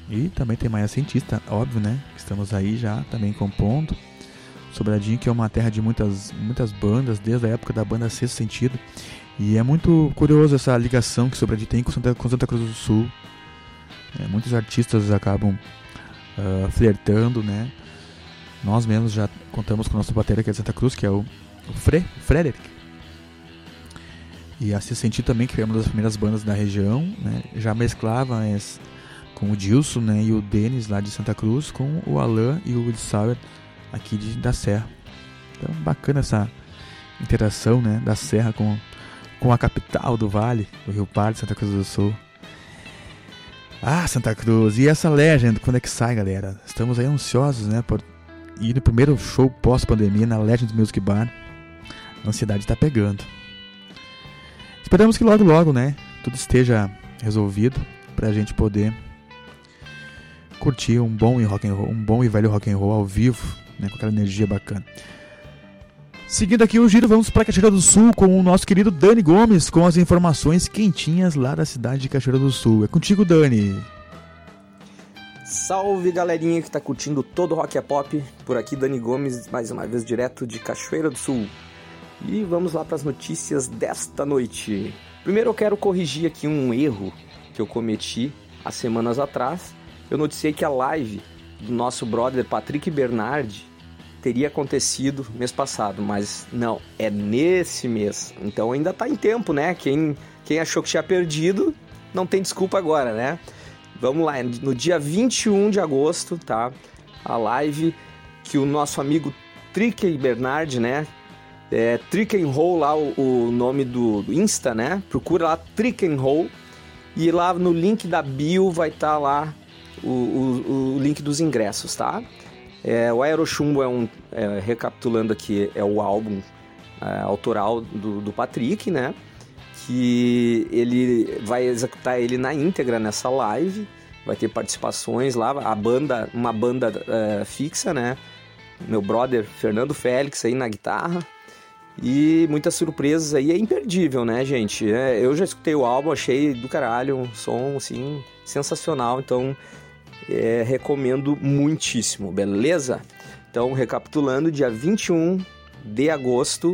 [SPEAKER 1] E também tem Maia Cientista, óbvio, né? Estamos aí já também compondo. Sobradinho, que é uma terra de muitas, muitas bandas, desde a época da banda Sexto Sentido. E é muito curioso essa ligação que Sobradinho tem com Santa, com Santa Cruz do Sul. É, muitos artistas acabam uh, flertando, né? Nós mesmos já contamos com o nosso batera que é de Santa Cruz, que é o, o Fre, Frederic. E a Sexto Sentido também, que foi uma das primeiras bandas da região, né? Já mesclava esse, com o Dilson, né? E o Denis lá de Santa Cruz, com o Alan e o Will Sauer aqui de, da Serra. Então bacana essa interação, né, da Serra com, com a capital do Vale, o Rio Pardo, Santa Cruz do Sul. Ah, Santa Cruz, e essa Legend, quando é que sai, galera? Estamos aí ansiosos, né, por ir no primeiro show pós-pandemia na Legend Music Bar. A ansiedade tá pegando. Esperamos que logo logo, né, tudo esteja resolvido pra gente poder curtir um bom e rock and roll, um bom e velho rock and roll ao vivo, né, com aquela energia bacana. Seguindo aqui o giro, vamos para Cachoeira do Sul com o nosso querido Dani Gomes, com as informações quentinhas lá da cidade de Cachoeira do Sul. É contigo, Dani.
[SPEAKER 4] Salve, galerinha que tá curtindo todo o Rock é Pop. Por aqui, Dani Gomes, mais uma vez direto de Cachoeira do Sul. E vamos lá para as notícias desta noite. Primeiro eu quero corrigir aqui um erro que eu cometi há semanas atrás. Eu noticiei que a live do nosso brother Patrick Bernardi teria acontecido mês passado, mas não, é nesse mês. Então ainda tá em tempo, né? Quem, quem achou que tinha perdido, não tem desculpa agora, né? Vamos lá, no dia vinte e um de agosto, tá? A live que o nosso amigo Trick Bernardi, né? É Trick and Roll lá, o, o nome do, do Insta, né? Procura lá Trick and Roll e lá no link da bio vai estar tá lá O, o, o link dos ingressos, tá? É, o Aerochumbo é um, é, recapitulando aqui, é o álbum é, autoral do, do Patrick, né? Que ele vai executar ele na íntegra nessa live, vai ter participações lá, a banda, uma banda é, fixa, né? Meu brother Fernando Félix aí na guitarra e muitas surpresas aí, é imperdível, né, gente? É, eu já escutei o álbum, achei do caralho, um som, assim, sensacional, então... É, recomendo muitíssimo, beleza? Então, recapitulando, dia vinte e um de agosto,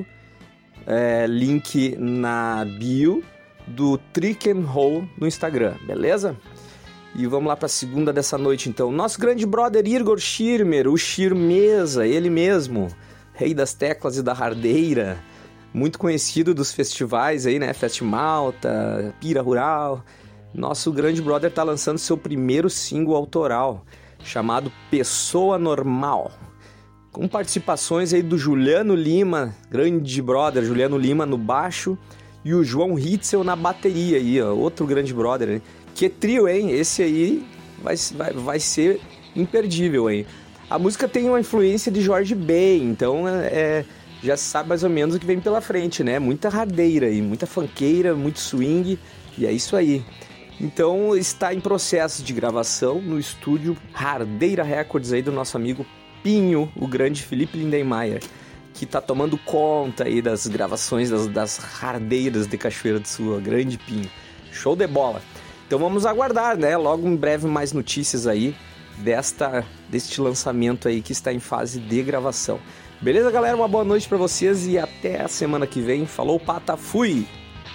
[SPEAKER 4] é, link na bio do Trick and Roll no Instagram, beleza? E vamos lá para a segunda dessa noite, então. Nosso grande brother Igor Schirmer, o Schirmeza, ele mesmo, rei das teclas e da hardeira, muito conhecido dos festivais aí, né? Fest Malta, Pira Rural... Nosso grande brother tá lançando seu primeiro single autoral, chamado Pessoa Normal, com participações aí do Juliano Lima, grande brother, Juliano Lima no baixo, e o João Hitzel na bateria aí, ó, outro grande brother, né? Que trio, hein? Esse aí vai, vai, vai ser imperdível, hein? A música tem uma influência de Jorge Ben, então é, já se sabe mais ou menos o que vem pela frente, né? Muita hardeira aí, muita funkeira, muito swing, e é isso aí. Então está em processo de gravação no estúdio Hardeira Records aí do nosso amigo Pinho, o grande Felipe Lindenmayer, que está tomando conta aí das gravações das, das hardeiras de Cachoeira do Sul, o grande Pinho. Show de bola! Então vamos aguardar, né? Logo em breve mais notícias aí desta, deste lançamento aí que está em fase de gravação. Beleza, galera? Uma boa noite para vocês e até a semana que vem. Falou, pata, fui!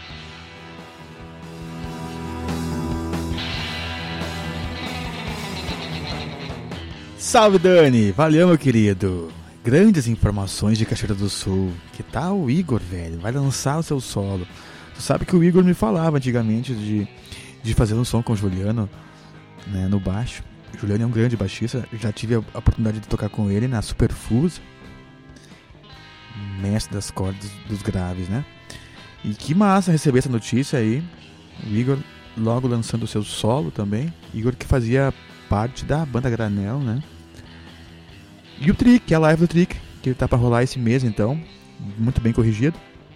[SPEAKER 1] Salve, Dani! Valeu, meu querido! Grandes informações de Cachoeira do Sul. Que tal o Igor, velho? Vai lançar o seu solo. Tu sabe que o Igor me falava antigamente de, de fazer um som com o Juliano, né, no baixo. O Juliano é um grande baixista. Já tive a oportunidade de tocar com ele na Superfusa. Mestre das cordas dos graves, né? E que massa receber essa notícia aí. O Igor logo lançando o seu solo também. Igor que fazia parte da banda Granel, né? E o Trick, que é a live do Trick, que tá pra rolar esse mês, então, muito bem corrigido.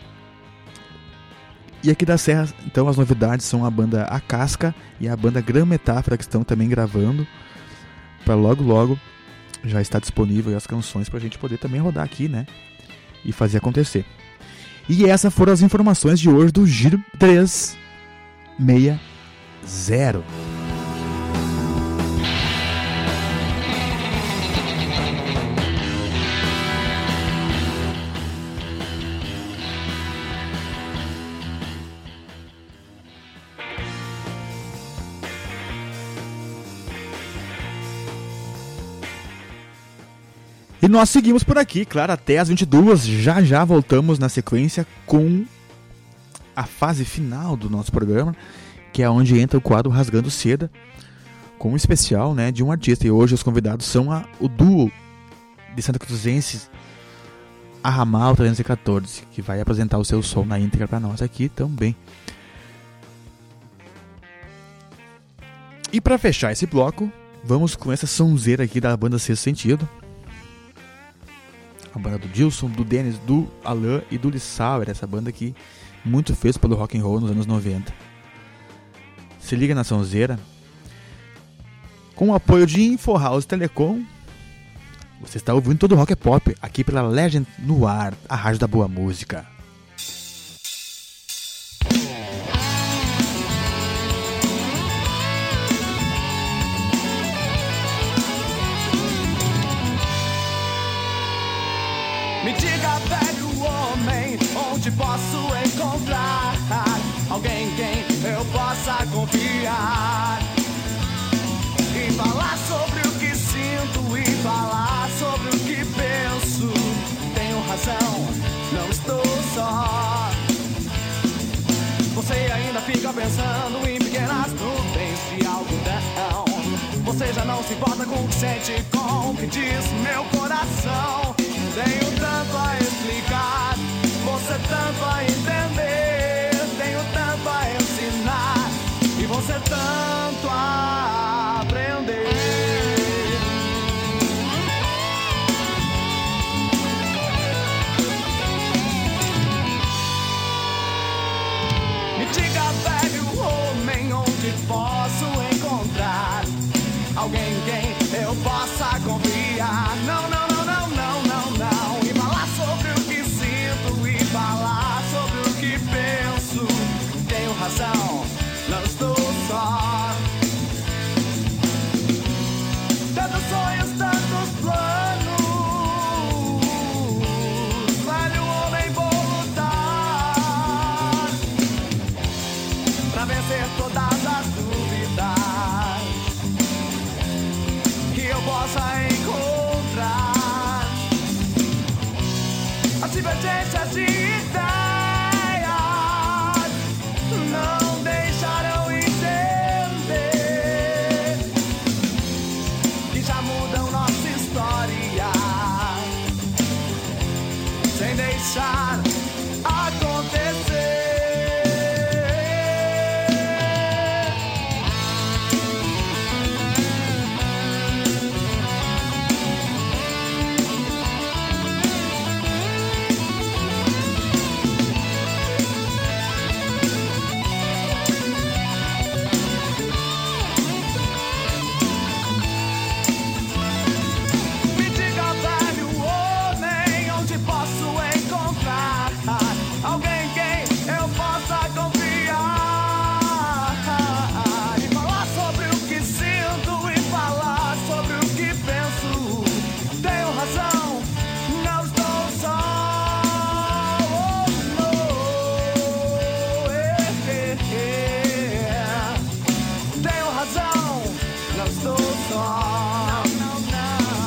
[SPEAKER 1] E aqui da Serra, então, as novidades são a banda A Casca e a banda Gran Metáfora, que estão também gravando, para logo, logo já estar disponível as canções pra gente poder também rodar aqui, né? E fazer acontecer. E essas foram as informações de hoje do Giro trezentos e sessenta. E nós seguimos por aqui, claro, até as vinte e duas. Já já voltamos na sequência com a fase final do nosso programa, que é onde entra o quadro Rasgando Seda, com um especial, né, de um artista. E hoje os convidados são a, o duo de Santa Cruzenses, a Ramal trezentos e quatorze, que vai apresentar o seu som na íntegra para nós aqui também. E para fechar esse bloco, vamos com essa sonzeira aqui da banda Sexto Sentido. A banda do Dilson, do Denis, do Alan e do Lissauer. Essa banda aqui, muito fez pelo rock and roll nos anos noventa. Se liga na sonzeira. Com o apoio de Info House Telecom, você está ouvindo todo o rock é pop aqui pela Legend no Ar, a rádio da boa música.
[SPEAKER 3] Me diga, velho homem, onde posso encontrar alguém em quem eu possa confiar e falar sobre o que sinto e falar sobre o que penso. Tenho razão, não estou só. Você ainda fica pensando em pequenas nuvens de algodão. Você já não se importa com o que sente, com o que diz meu coração. Tenho tanto a explicar, você tanto a entender. Tenho tanto a ensinar e você tanto a aprender. Me diga, velho homem, onde posso encontrar alguém em quem eu possa confiar. Não, não, não, não, não, não, não. E falar sobre o que sinto e falar sobre o que penso. Tenho razão, não estou só. Tantos sonhos, tantos planos. Velho homem, vou lutar pra vencer todas as dúvidas que eu possa encontrar. As divergências de ideias não deixarão entender que já mudam nossa história sem deixar acontecer. Me diga, velho homem, onde posso encontrar alguém em quem eu possa confiar e falar sobre o que sinto e falar sobre o que penso. Tenho razão, não estou só. Oh, no. Eh, eh, eh. Tenho razão, não estou só. Não, não, não.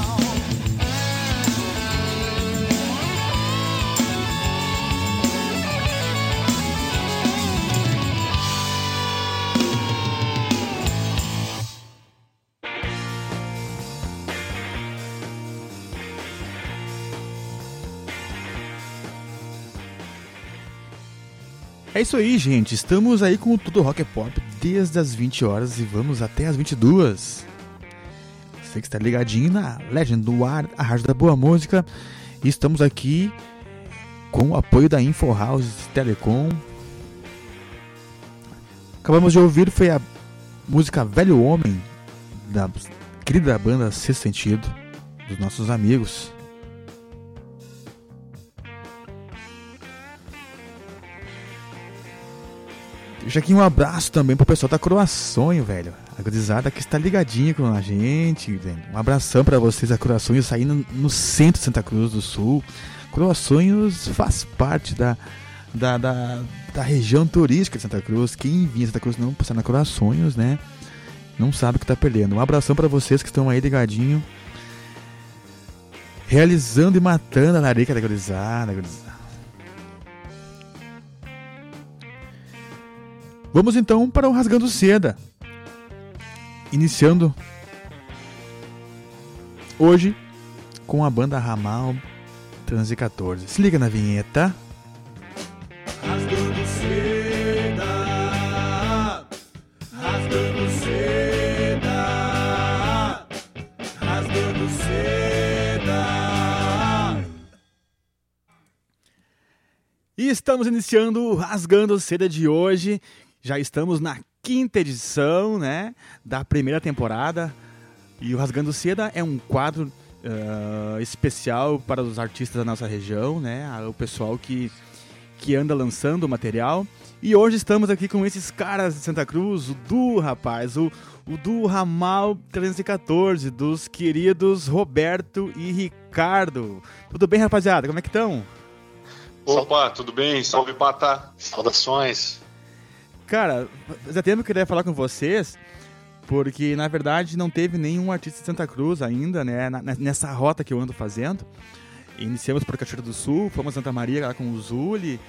[SPEAKER 1] É isso aí, gente. Estamos aí com o Tudo Rock é Pop desde as vinte horas e vamos até as vinte e duas. Você que está ligadinho na Legend do Ar, a rádio da boa música. E estamos aqui com o apoio da Info House Telecom. Acabamos de ouvir, foi a música Velho Homem, da querida banda Sexto Sentido, dos nossos amigos. Deixa aqui um abraço também pro pessoal da Croaçonho, velho. A gurizada que está ligadinha com a gente, velho. Um abração pra vocês, a Croaçonho, saindo no centro de Santa Cruz do Sul. Croaçonhos faz parte da, da, da, da região turística de Santa Cruz. Quem vinha de Santa Cruz não passar na Croaçonhos, né? Não sabe o que tá perdendo. Um abração pra vocês que estão aí ligadinho. realizando e matando a larica da gurizada, gurizada. Vamos então para o Rasgando Seda. Iniciando hoje com a banda Ramal Transe quatorze. Se liga na vinheta.
[SPEAKER 5] Rasgando seda, rasgando seda, rasgando seda.
[SPEAKER 1] E estamos iniciando o Rasgando Seda de hoje. Já estamos na quinta edição, né, da primeira temporada. E o Rasgando Seda é um quadro uh, especial para os artistas da nossa região, né, o pessoal que, que anda lançando material. E hoje estamos aqui com esses caras de Santa Cruz, o Du, rapaz, o, o Du Ramal trezentos e quatorze, dos queridos Roberto e Ricardo. Tudo bem, rapaziada? Como é que estão?
[SPEAKER 6] Opa, tudo bem? Salve, Pata. Saudações.
[SPEAKER 1] Cara, fazia tempo que eu queria falar com vocês, porque na verdade não teve nenhum artista de Santa Cruz ainda, né, nessa rota que eu ando fazendo. Iniciamos por Cachoeira do Sul, fomos a Santa Maria lá com o Zuli,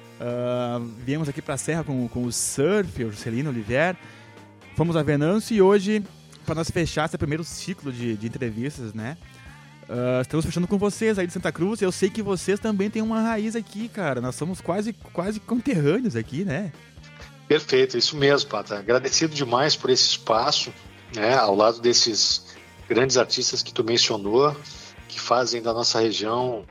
[SPEAKER 1] uh, viemos aqui pra Serra com, com o Surf, o Juscelino Oliver, fomos a Venâncio e hoje, para nós fechar esse primeiro ciclo de, de entrevistas, né, uh, estamos fechando com vocês aí de Santa Cruz. Eu sei que vocês também têm uma raiz aqui, cara, nós somos quase, quase conterrâneos aqui, né?
[SPEAKER 6] Perfeito, isso mesmo, Pata. Agradecido demais por esse espaço, né, ao lado desses grandes artistas que tu mencionou, que fazem da nossa região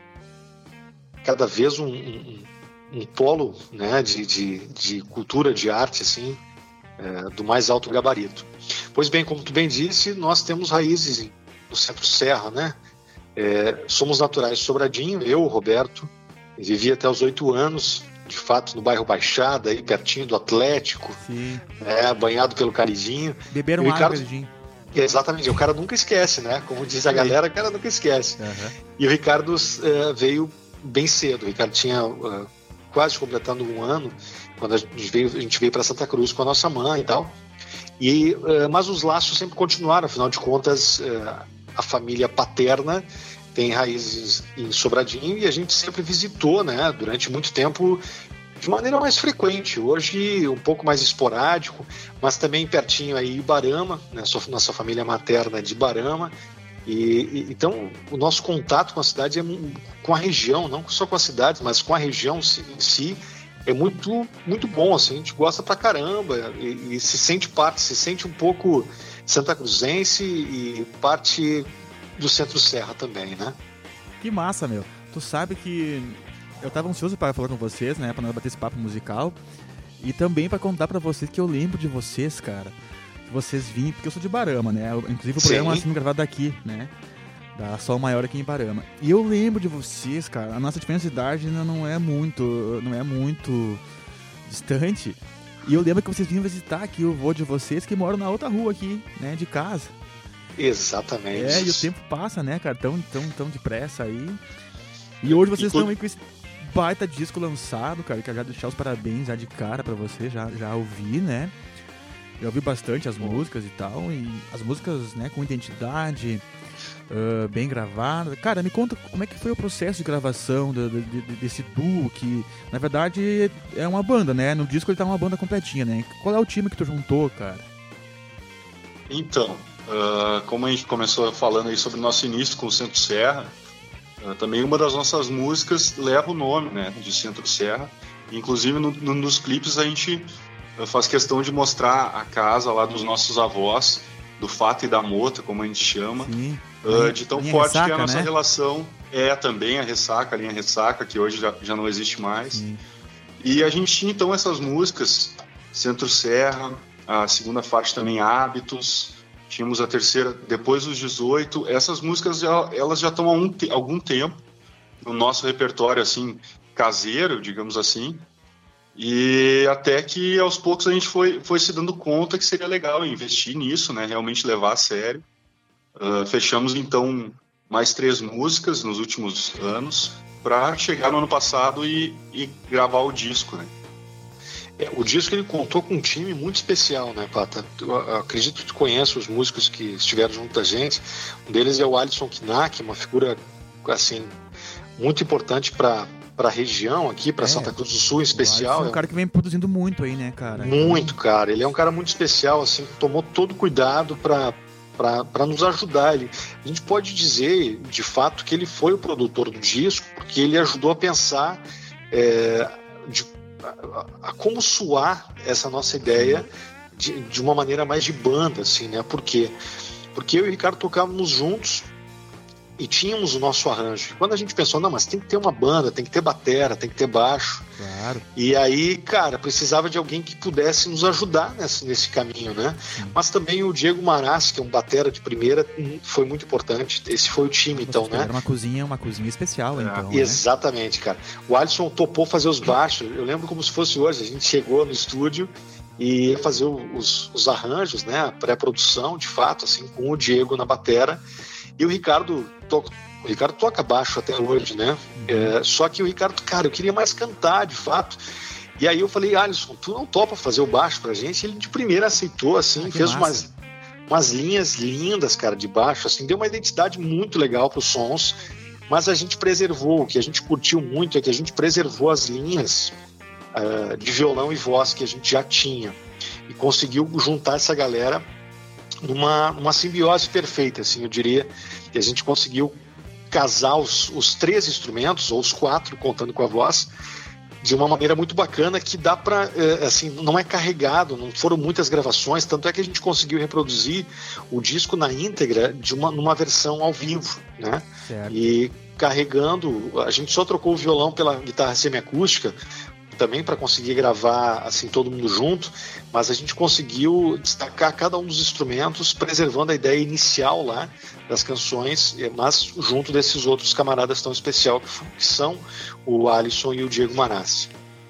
[SPEAKER 6] cada vez um, um, um polo, né, de, de, de cultura, de arte, assim, é, do mais alto gabarito. Pois bem, como tu bem disse, nós temos raízes no Centro-Serra, né? É, somos naturais de Sobradinho, eu, Roberto, vivi até os oito anos, de fato, no bairro Baixada, aí pertinho do Atlético, né, banhado pelo Caridinho.
[SPEAKER 1] Beberam água, Ricardo... Caridinho.
[SPEAKER 6] Exatamente, o cara nunca esquece, né? Como diz a galera, o cara nunca esquece. Uhum. E o Ricardo uh, veio bem cedo. O Ricardo tinha uh, quase completando um ano quando a gente veio, a gente veio para Santa Cruz com a nossa mãe e tal. E, uh, mas os laços sempre continuaram, afinal de contas, uh, a família paterna tem raízes em Sobradinho e a gente sempre visitou, né, durante muito tempo, de maneira mais frequente. Hoje um pouco mais esporádico, mas também pertinho aí Ibarama, né, nossa família materna é de Ibarama. E, e, então o nosso contato com a cidade é com a região, não só com a cidade, mas com a região em si é muito, muito bom, assim, a gente gosta pra caramba e, e se sente parte, se sente um pouco santacruzense e parte do Centro-Serra também, né?
[SPEAKER 1] Que massa, meu. Tu sabe que eu tava ansioso para falar com vocês, né? Pra nós bater esse papo musical. E também pra contar pra vocês que eu lembro de vocês, cara. Vocês vinham, porque eu sou de Ibarama, né? Inclusive o programa é sendo gravado daqui, né? Da Sol Maior aqui em Ibarama. E eu lembro de vocês, cara. A nossa diferença de idade ainda não é muito, não é muito distante. E eu lembro que vocês vinham visitar aqui o vô de vocês, que mora na outra rua aqui, né? De casa.
[SPEAKER 6] Exatamente.
[SPEAKER 1] É, e o tempo passa, né, cara, tão, tão, tão depressa aí. E hoje vocês estão aí com esse baita disco lançado, cara, que eu já deixar os parabéns já de cara pra você, já, já ouvi, né? Eu ouvi bastante as músicas e tal, e as músicas, né, com identidade, uh, bem gravada. Cara, me conta como é que foi o processo de gravação de, de, de, desse duo, que na verdade é uma banda, né? No disco ele tá uma banda completinha, né? Qual é o time que tu juntou, cara?
[SPEAKER 6] Então... Uh, como a gente começou falando aí sobre o nosso início com o Centro-Serra, uh, também uma das nossas músicas leva o nome, né, de Centro-Serra. Inclusive no, no, nos clipes a gente uh, faz questão de mostrar a casa lá dos nossos avós, do Fato e da Mota, como a gente chama, uh, de tão forte ressaca, que é a nossa, né, relação. É também a Ressaca, a linha Ressaca, que hoje já, já não existe mais. Sim. E a gente tinha então essas músicas, Centro-Serra, a segunda parte também Hábitos. Tínhamos a terceira, depois dos dezoito. Essas músicas, elas já estão há um, algum tempo no nosso repertório, assim, caseiro, digamos assim. E até que, aos poucos, a gente foi, foi se dando conta que seria legal investir nisso, né? Realmente levar a sério. Uh, fechamos, então, mais três músicas nos últimos anos para chegar no ano passado e, e gravar o disco, né? É, o disco ele contou com um time muito especial, né, Pata? Eu, eu acredito que tu conhece os músicos que estiveram junto da gente. Um deles é o Alisson Knack, uma figura
[SPEAKER 7] assim, muito importante para para a região aqui, para
[SPEAKER 1] É,
[SPEAKER 7] Santa Cruz do Sul em
[SPEAKER 1] O
[SPEAKER 7] especial.
[SPEAKER 1] Alisson é um cara que vem produzindo muito aí, né, cara?
[SPEAKER 7] Muito, cara. Ele é um cara muito especial, assim, que tomou todo cuidado para para nos ajudar. Ele, a gente pode dizer, de fato, que ele foi o produtor do disco, porque ele ajudou a pensar é, de, a, a como suar essa nossa ideia de, de uma maneira mais de banda, assim, né? Por quê? Porque eu e o Ricardo tocávamos juntos e tínhamos o nosso arranjo. E quando a gente pensou, não, mas tem que ter uma banda, tem que ter batera, tem que ter baixo.
[SPEAKER 1] Claro.
[SPEAKER 7] E aí, cara, precisava de alguém que pudesse nos ajudar nesse, nesse caminho, né? Sim. Mas também o Diego Marassi, que é um batera de primeira, foi muito importante. Esse foi o time, então, né?
[SPEAKER 1] Era uma cozinha, uma cozinha especial,
[SPEAKER 7] é,
[SPEAKER 1] então.
[SPEAKER 7] Exatamente, né? Cara. O Alisson topou fazer os baixos. Eu lembro como se fosse hoje. A gente chegou no estúdio e ia fazer os, os arranjos, né? A pré-produção, de fato, assim, com o Diego na batera. E o Ricardo toca, o Ricardo toca baixo até hoje, né? É, só que o Ricardo, cara, eu queria mais cantar, de fato. E aí eu falei, Alisson, tu não topa fazer o baixo pra gente? Ele de primeira aceitou, assim, ah, fez umas, umas linhas lindas, cara, de baixo, assim, deu uma identidade muito legal pros sons, mas a gente preservou, o que a gente curtiu muito é que a gente preservou as linhas uh, de violão e voz que a gente já tinha e conseguiu juntar essa galera numa, numa simbiose perfeita, assim, eu diria, que a gente conseguiu casar os, os três instrumentos, ou os quatro, contando com a voz, de uma maneira muito bacana, que dá para, é, assim, não é carregado, não foram muitas gravações, tanto é que a gente conseguiu reproduzir o disco na íntegra de uma, numa versão ao vivo, né?
[SPEAKER 1] Certo.
[SPEAKER 7] E carregando, a gente só trocou o violão pela guitarra semiacústica, também para conseguir gravar assim todo mundo junto, mas a gente conseguiu destacar cada um dos instrumentos, preservando a ideia inicial lá das canções, mas junto desses outros camaradas tão especiais que são o Alisson e o Diego Marassi.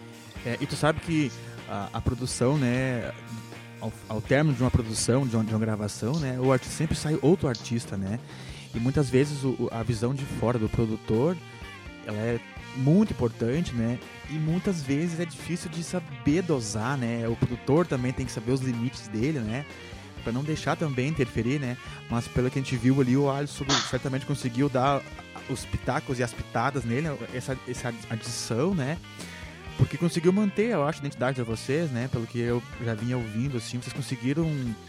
[SPEAKER 1] É, e tu sabe que a, a produção, né, ao, ao término de uma produção, de uma, de uma gravação, né, o artista sempre sai outro artista, né, e muitas vezes o, a visão de fora do produtor, ela é muito importante, né? E muitas vezes é difícil de saber dosar, né? O produtor também tem que saber os limites dele, né? Pra não deixar também interferir, né? Mas pelo que a gente viu ali, o Alisson certamente conseguiu dar os pitacos e as pitadas nele, essa, essa adição, né? Porque conseguiu manter, eu acho, a identidade de vocês, né? Pelo que eu já vinha ouvindo, assim, vocês conseguiram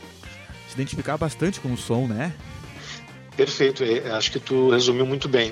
[SPEAKER 1] se identificar bastante com o som, né?
[SPEAKER 7] Perfeito, acho que tu resumiu muito bem.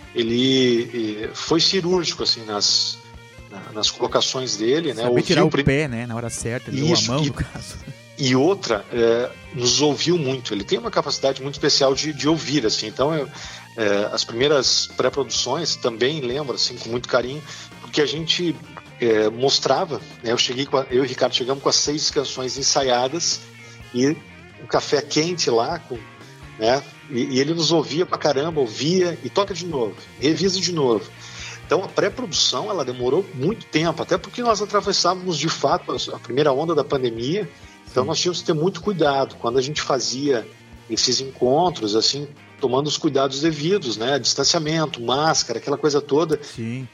[SPEAKER 7] Ele foi cirúrgico assim nas, nas colocações dele, né?
[SPEAKER 1] Saber tirar o
[SPEAKER 7] prim...
[SPEAKER 1] pé, né? Na hora certa, ele
[SPEAKER 7] Isso,
[SPEAKER 1] deu a mão,
[SPEAKER 7] e,
[SPEAKER 1] no caso.
[SPEAKER 7] E outra, é, nos ouviu muito. Ele tem uma capacidade muito especial de, de ouvir, assim. Então, eu, é, as primeiras pré-produções também lembro, assim, com muito carinho, porque a gente é, mostrava, né? Eu cheguei, com a, eu e o Ricardo chegamos com as seis canções ensaiadas e um café quente lá, com, né? E, e ele nos ouvia pra caramba, ouvia e toca de novo, revisa de novo. Então a pré-produção ela demorou muito tempo, até porque nós atravessávamos de fato a primeira onda da pandemia, então nós tínhamos que ter muito cuidado quando a gente fazia esses encontros, assim, tomando os cuidados devidos, né? Distanciamento, máscara, aquela coisa toda.
[SPEAKER 1] Sim.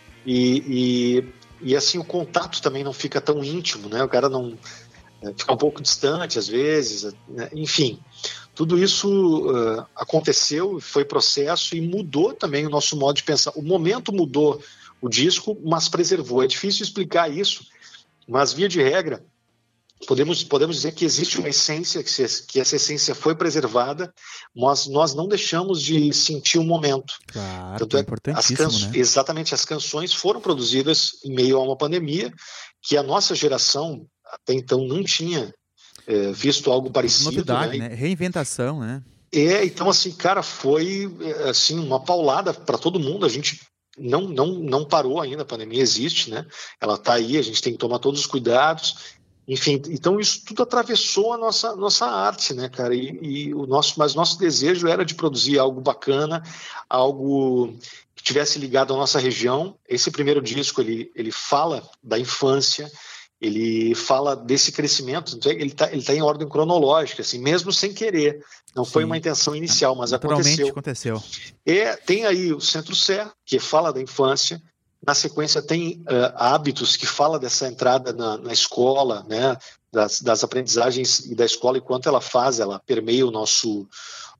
[SPEAKER 7] E, e, e assim o contato também não fica tão íntimo, né? O cara não é, fica um pouco distante às vezes, né? Enfim. Tudo isso uh, aconteceu, foi processo e mudou também o nosso modo de pensar. O momento mudou o disco, mas preservou. É difícil explicar isso, mas via de regra, podemos, podemos dizer que existe uma essência, que, se, que essa essência foi preservada, mas nós não deixamos de sentir o momento.
[SPEAKER 1] Claro,
[SPEAKER 7] Tanto
[SPEAKER 1] é
[SPEAKER 7] é,
[SPEAKER 1] importantíssimo,
[SPEAKER 7] as
[SPEAKER 1] né?
[SPEAKER 7] Exatamente, as canções foram produzidas em meio a uma pandemia, que a nossa geração até então não tinha É, visto algo parecido,
[SPEAKER 1] novidade,
[SPEAKER 7] né?
[SPEAKER 1] né? Reinventação, né?
[SPEAKER 7] É, então assim, cara, foi assim uma paulada para todo mundo. A gente não não não parou ainda, a pandemia existe, né? Ela tá aí, a gente tem que tomar todos os cuidados. Enfim, então isso tudo atravessou a nossa nossa arte, né, cara? E, e o nosso, mas nosso desejo era de produzir algo bacana, algo que tivesse ligado à nossa região. Esse primeiro disco ele ele fala da infância. Ele fala desse crescimento, ele está ele tá em ordem cronológica, assim, mesmo sem querer. Não Sim. foi uma intenção inicial, mas
[SPEAKER 1] Naturalmente
[SPEAKER 7] aconteceu.
[SPEAKER 1] aconteceu.
[SPEAKER 7] É, tem aí o Centro-Sé, que fala da infância. Na sequência tem uh, Hábitos, que fala dessa entrada na, na escola, né, das, das aprendizagens e da escola, e quanto ela faz, ela permeia o nosso,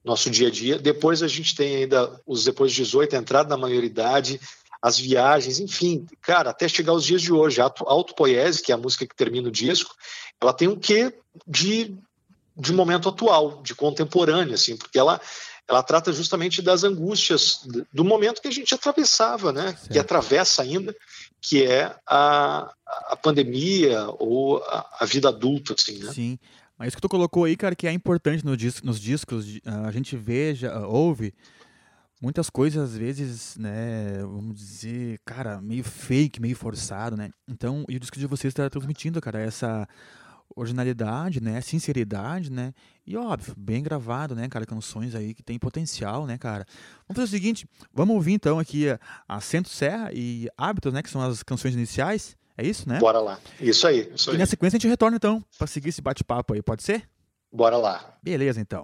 [SPEAKER 7] nosso dia a dia. Depois a gente tem ainda os depois de dezoito, a entrada na maioridade, as viagens, enfim, cara, até chegar aos dias de hoje. A Autopoiese, que é a música que termina o disco, ela tem um quê de, de momento atual, de contemporâneo, assim, porque ela, ela trata justamente das angústias do momento que a gente atravessava, né? Que atravessa ainda, que é a, a pandemia ou a, a vida adulta, assim, né?
[SPEAKER 1] Sim. Mas isso que tu colocou aí, cara, que é importante no disco, nos discos, a gente veja, ouve muitas coisas, às vezes, né, vamos dizer, cara, meio fake, meio forçado, né? Então, e o disco de vocês está transmitindo, cara, essa originalidade, né, sinceridade, né? E, óbvio, bem gravado, né, cara, canções aí que tem potencial, né, cara? Vamos fazer o seguinte, vamos ouvir, então, aqui a Centro Serra e Hábitos, né, que são as canções iniciais. É isso, né?
[SPEAKER 7] Bora lá. Isso aí. Isso
[SPEAKER 1] e
[SPEAKER 7] aí.
[SPEAKER 1] na sequência a gente retorna, então, para seguir esse bate-papo aí. Pode ser?
[SPEAKER 7] Bora lá.
[SPEAKER 1] Beleza, então.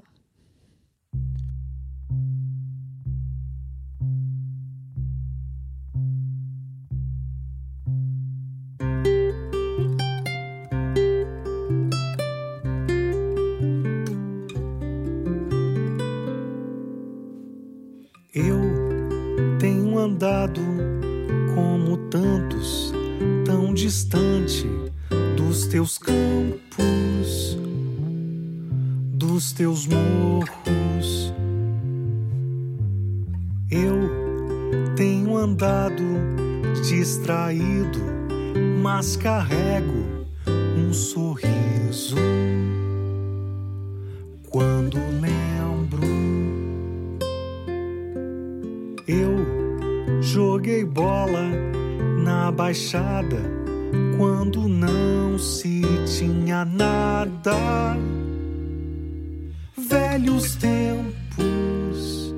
[SPEAKER 8] Eu tenho andado como tantos, tão distante dos teus campos, dos teus morros. Eu tenho andado distraído, mas carrego um sorriso quando lembro. Eu joguei bola na Baixada quando não se tinha nada. Velhos tempos,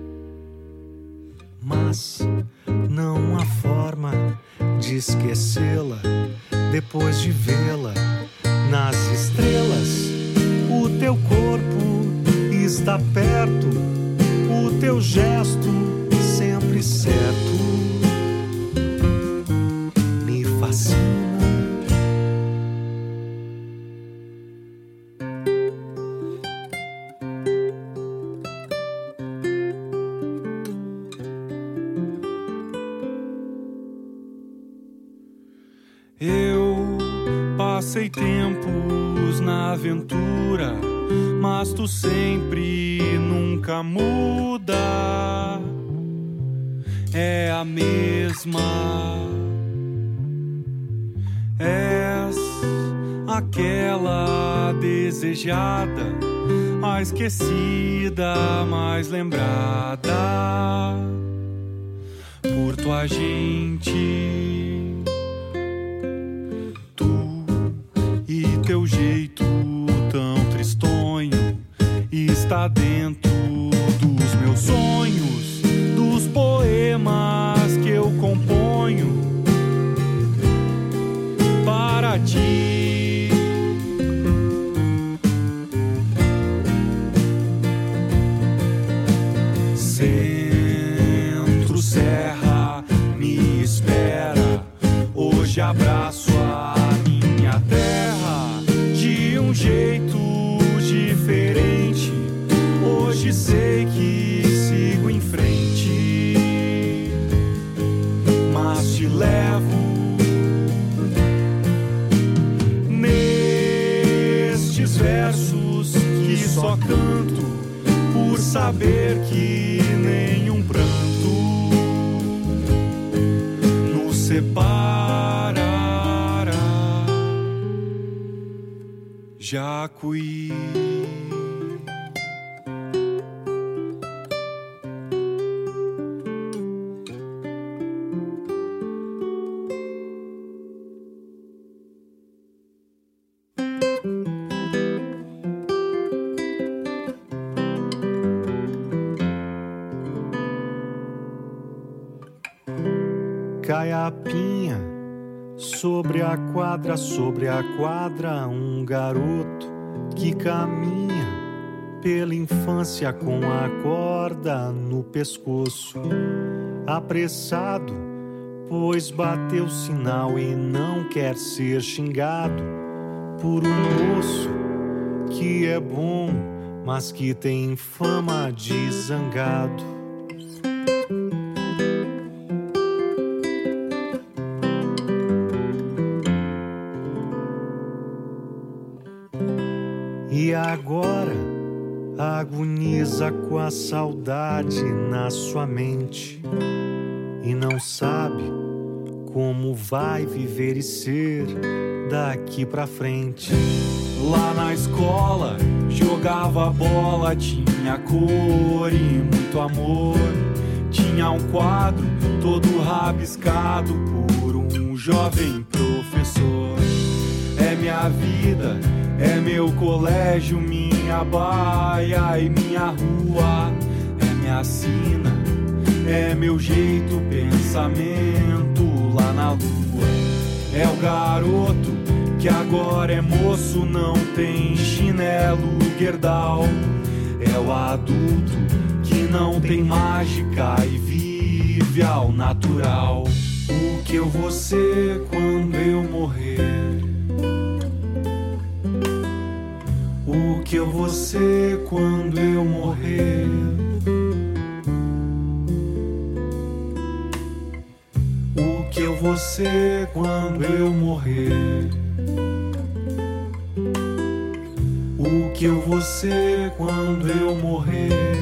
[SPEAKER 8] mas não há forma de esquecê-la depois de vê-la nas estrelas. O teu corpo está perto, o teu gesto sempre certo me fascina.
[SPEAKER 9] Eu passei tempos na aventura, mas tu sempre nunca muda. É a mesma. És aquela desejada, a esquecida, mas lembrada por tua gente. Tu e teu jeito tão tristonho está dentro dos meus sonhos, dos poemas que eu componho para ti. Centro Serra me espera, hoje abraço a minha terra de um jeito diferente. Hoje sei que sigo em frente, mas te levo nestes versos que só canto por saber que nenhum pranto nos separará. Jacuí.
[SPEAKER 8] Caiapinha, sobre a quadra, sobre a quadra, um garoto que caminha pela infância com a corda no pescoço. Apressado, pois bateu sinal e não quer ser xingado por um moço que é bom mas que tem fama de zangado. E agora agoniza com a saudade na sua mente e não sabe como vai viver e ser daqui pra frente.
[SPEAKER 9] Lá na escola jogava bola, tinha cor e muito amor. Tinha um quadro todo rabiscado por um jovem professor. É minha vida, é meu colégio, minha baia e minha rua. É minha sina, é meu jeito, pensamento lá na lua. É o garoto que agora é moço, não tem chinelo guerdal. É o adulto que não tem mágica e vive ao natural. O que eu vou ser quando eu morrer? O que eu vou ser quando eu morrer? O que eu vou ser quando eu morrer? O que eu vou ser quando eu morrer?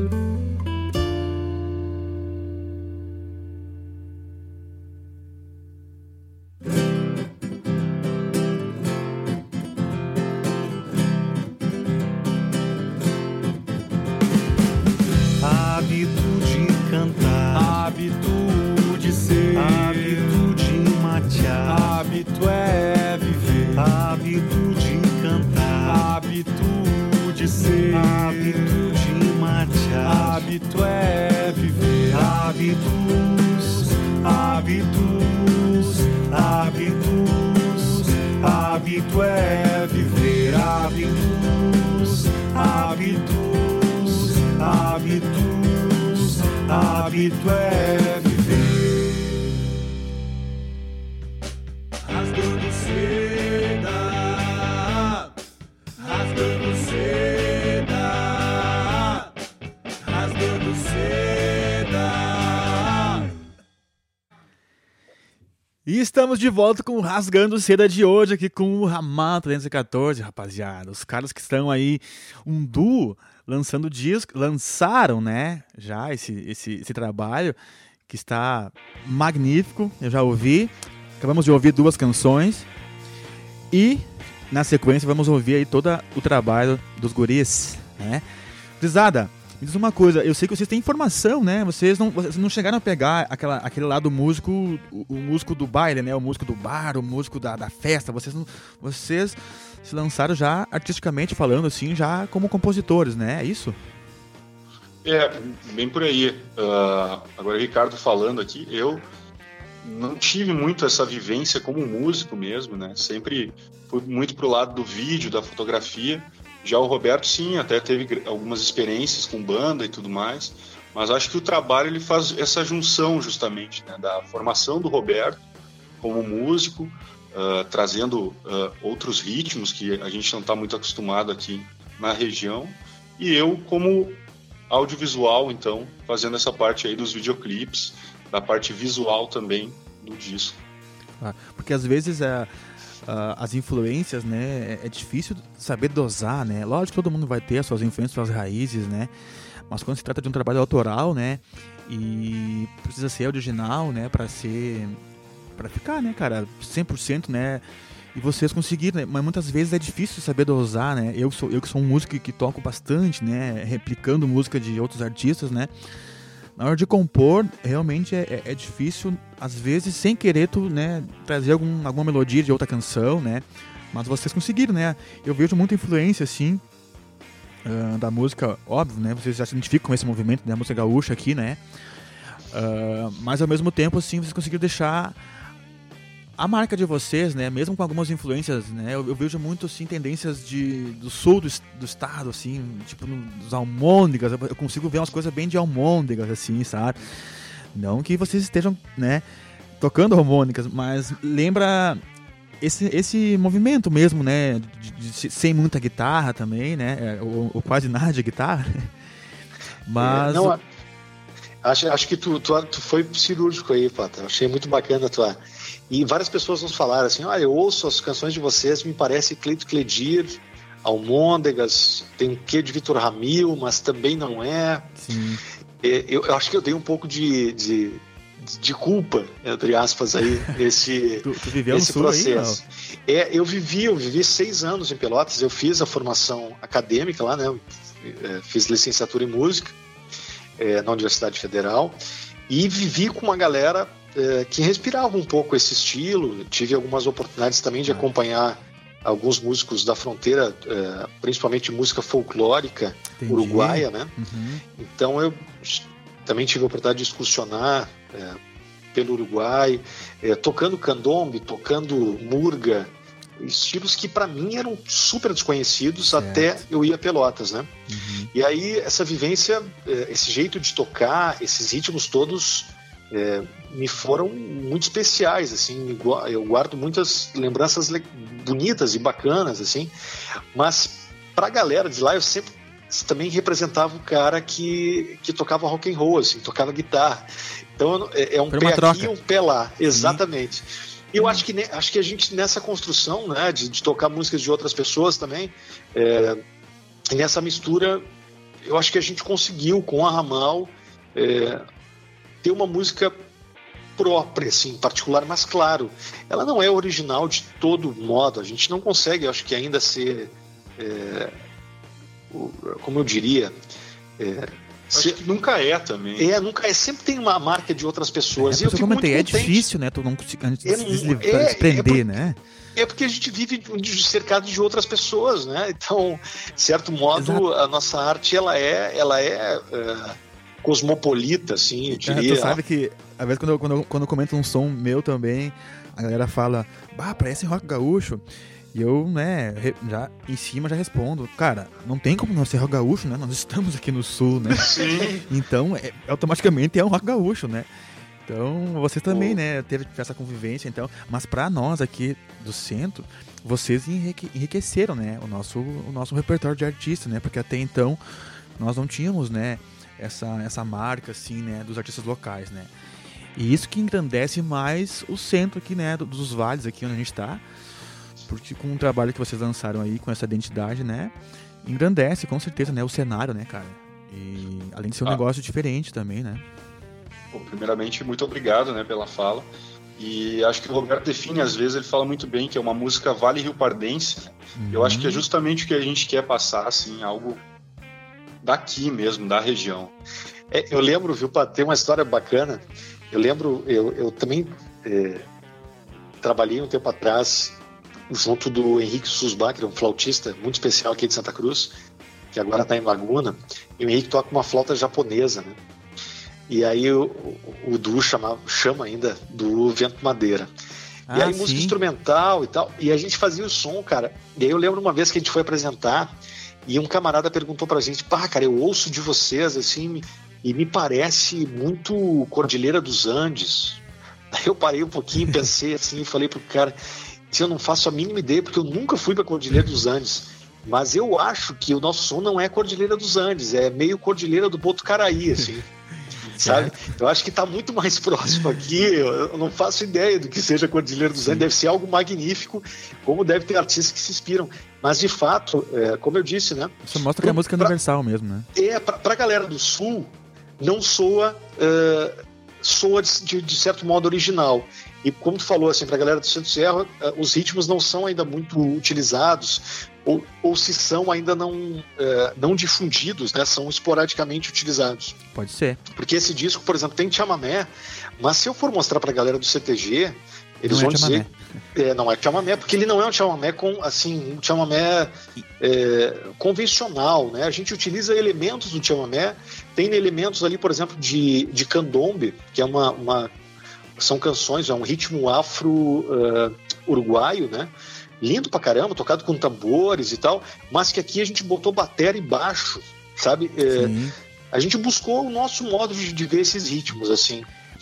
[SPEAKER 1] E estamos de volta com o Rasgando Seda de hoje, aqui com o Ramal trezentos e quatorze, rapaziada. Os caras que estão aí, um duo, lançando disco, lançaram, né, já esse, esse, esse trabalho, que está magnífico, eu já ouvi. Acabamos de ouvir duas canções. E, na sequência, vamos ouvir aí todo o trabalho dos guris, né. Gurizada, me diz uma coisa, eu sei que vocês têm informação, né? Vocês não, vocês não chegaram a pegar aquela, aquele lado músico, o, o músico do baile, né? O músico do bar, o músico da, da festa. Vocês, não, vocês se lançaram já artisticamente falando, assim, já como compositores, né? É isso?
[SPEAKER 6] É, bem por aí. Uh, agora o Ricardo falando aqui, eu não tive muito essa vivência como músico mesmo, né? Sempre fui muito pro lado do vídeo, da fotografia. Já o Roberto, sim, até teve algumas experiências com banda e tudo mais, mas acho que o trabalho ele faz essa junção justamente, né, da formação do Roberto como músico, uh, trazendo uh, outros ritmos que a gente não está muito acostumado aqui na região, e eu como audiovisual, então, fazendo essa parte aí dos videoclipes, da parte visual também do disco.
[SPEAKER 1] Ah, porque às vezes é... Uh, as influências, né, é, é difícil saber dosar, né, lógico que todo mundo vai ter as suas influências, suas raízes, né, mas quando se trata de um trabalho autoral, né, e precisa ser original, né, para ser, para ficar, né, cara, cem por cento, né, e vocês conseguiram, né, mas muitas vezes é difícil saber dosar, né, eu, sou, eu que sou um músico que toco bastante, né, replicando música de outros artistas, né, na hora de compor, realmente é, é, é difícil, às vezes, sem querer, tu, né, trazer algum, alguma melodia de outra canção, né? Mas vocês conseguiram, né? Eu vejo muita influência, assim, uh, da música, óbvio, né? Vocês já se identificam com esse movimento da música gaúcha aqui, né? Uh, mas, ao mesmo tempo, assim, vocês conseguiram deixar a marca de vocês, né? Mesmo com algumas influências, né? Eu, eu vejo muito, assim, tendências de, do sul do, do estado, assim, tipo, dos almôndegas. Eu consigo ver umas coisas bem de almôndegas, assim, sabe? Não que vocês estejam, né, tocando almôndegas, mas lembra esse, esse movimento mesmo, né? De, de, sem muita guitarra também, né? Ou, ou quase nada de guitarra. Mas... É, não,
[SPEAKER 7] acho, acho que tu, tu, tu foi cirúrgico aí, Pata. Achei muito bacana a tua... E várias pessoas nos falaram assim, olha, eu ouço as canções de vocês, me parece Cleito Cledir, Almôndegas, tem um quê de Vitor Ramil, mas também não é.
[SPEAKER 1] Sim.
[SPEAKER 7] Eu, eu acho que eu dei um pouco de, de, de culpa, entre aspas, aí, nesse,
[SPEAKER 1] tu, tu viveu
[SPEAKER 7] nesse
[SPEAKER 1] no sul
[SPEAKER 7] processo.
[SPEAKER 1] Aí,
[SPEAKER 7] é, eu vivi, eu vivi seis anos em Pelotas, eu fiz a formação acadêmica lá, né? Eu fiz licenciatura em música é, na Universidade Federal e vivi com uma galera é, que respirava um pouco esse estilo. Tive algumas oportunidades também de ah. acompanhar alguns músicos da fronteira, é, principalmente música folclórica Entendi. uruguaia, né?
[SPEAKER 1] Uhum.
[SPEAKER 7] Então eu também tive a oportunidade de excursionar é, pelo Uruguai, é, tocando candombe, tocando murga, estilos que para mim eram super desconhecidos certo. Até eu ir a Pelotas, né?
[SPEAKER 1] Uhum.
[SPEAKER 7] E aí essa vivência, é, esse jeito de tocar, esses ritmos todos é, me foram muito especiais, assim, eu guardo muitas lembranças bonitas e bacanas, assim, mas pra galera de lá eu sempre também representava o cara que, que tocava rock and roll, assim, tocava guitarra. Então é, é um pé aqui e um pé lá, exatamente. E eu hum. acho que, acho que a gente nessa construção, né, de, de tocar músicas de outras pessoas também, é, nessa mistura, eu acho que a gente conseguiu com a Ramal é, ter uma música própria, assim, particular, mas claro, ela não é original de todo modo, a gente não consegue, eu acho que ainda ser, é, como eu diria, é,
[SPEAKER 6] acho que nunca é também.
[SPEAKER 7] É, nunca é, sempre tem uma marca de outras pessoas.
[SPEAKER 1] É,
[SPEAKER 7] e eu,
[SPEAKER 1] eu comentei, é difícil, né, tu não
[SPEAKER 7] é,
[SPEAKER 1] é, desprender,
[SPEAKER 7] é,
[SPEAKER 1] né?
[SPEAKER 7] É porque a gente vive cercado de outras pessoas, né? Então, de certo modo, Exato. A nossa arte, ela é, ela é, é cosmopolita, assim, eu diria.
[SPEAKER 1] É, tu sabe que, às vezes, quando eu, quando, eu, quando eu comento um som meu também, a galera fala, bah, parece rock gaúcho. E eu, né, já em cima já respondo, cara, não tem como não ser rock gaúcho, né? Nós estamos aqui no sul, né?
[SPEAKER 7] Sim.
[SPEAKER 1] Então, é, automaticamente é um rock gaúcho, né? Então, vocês também, oh. né, teve essa convivência, então, mas para nós aqui do centro, vocês enrique, enriqueceram, né, o nosso, o nosso repertório de artistas, né, porque até então nós não tínhamos, né, essa, essa marca, assim, né, dos artistas locais, né, e isso que engrandece mais o centro aqui, né, dos vales aqui onde a gente está, porque com o trabalho que vocês lançaram aí, com essa identidade, né, engrandece com certeza, né, o cenário, né, cara, e além de ser um ah. negócio diferente também, né.
[SPEAKER 6] Bom, primeiramente, muito obrigado, né, pela fala. E acho que o Roberto define, às vezes, ele fala muito bem que é uma música Vale Rio Pardense. Né? Uhum. Eu acho que é justamente o que a gente quer passar, assim, algo daqui mesmo, da região.
[SPEAKER 7] É, eu lembro, viu, para ter uma história bacana, eu lembro, eu, eu também é, trabalhei um tempo atrás junto do Henrique Susbach, que é um flautista muito especial aqui de Santa Cruz, que agora está em Laguna, e o Henrique toca uma flauta japonesa, né? E aí o, o Du chama, chama ainda do Vento Madeira.
[SPEAKER 1] Ah,
[SPEAKER 7] e aí
[SPEAKER 1] sim.
[SPEAKER 7] música instrumental e tal. E a gente fazia o som, cara. E aí eu lembro uma vez que a gente foi apresentar e um camarada perguntou pra gente, pá, cara, eu ouço de vocês, assim, e me parece muito Cordilheira dos Andes. Aí eu parei um pouquinho, pensei assim, e falei pro cara, eu não faço a mínima ideia, porque eu nunca fui pra Cordilheira dos Andes. Mas eu acho que o nosso som não é Cordilheira dos Andes, é meio Cordilheira do Botucaraí, assim. Sabe? Eu acho que está muito mais próximo aqui. Eu não faço ideia do que seja a Cordilheira dos Andes. Deve ser algo magnífico, como deve ter artistas que se inspiram. Mas, de fato, é, como eu disse, né?
[SPEAKER 1] Isso mostra que é música pra, universal mesmo, né? É,
[SPEAKER 7] para a galera do Sul, não soa, uh, soa de, de certo modo original. E como tu falou, assim, para a galera do Centro-Serra, uh, os ritmos não são ainda muito utilizados, ou, ou se são, ainda não, uh, não difundidos, né? São esporadicamente utilizados.
[SPEAKER 1] Pode ser.
[SPEAKER 7] Porque esse disco, por exemplo, tem chamamé, mas se eu for mostrar para a galera do C T G, eles
[SPEAKER 1] não
[SPEAKER 7] vão
[SPEAKER 1] é
[SPEAKER 7] dizer... É, não é chamamé, porque ele não é um chamamé, com, assim, um chamamé é, convencional, né? A gente utiliza elementos do chamamé, tem elementos ali, por exemplo, de, de candombe, que é uma... uma são canções, é um ritmo afro-uruguaio, uh, né? Lindo pra caramba, tocado com tambores e tal, mas que aqui a gente botou bateria e baixo, sabe? É, a gente buscou o nosso modo de, de ver esses ritmos, assim.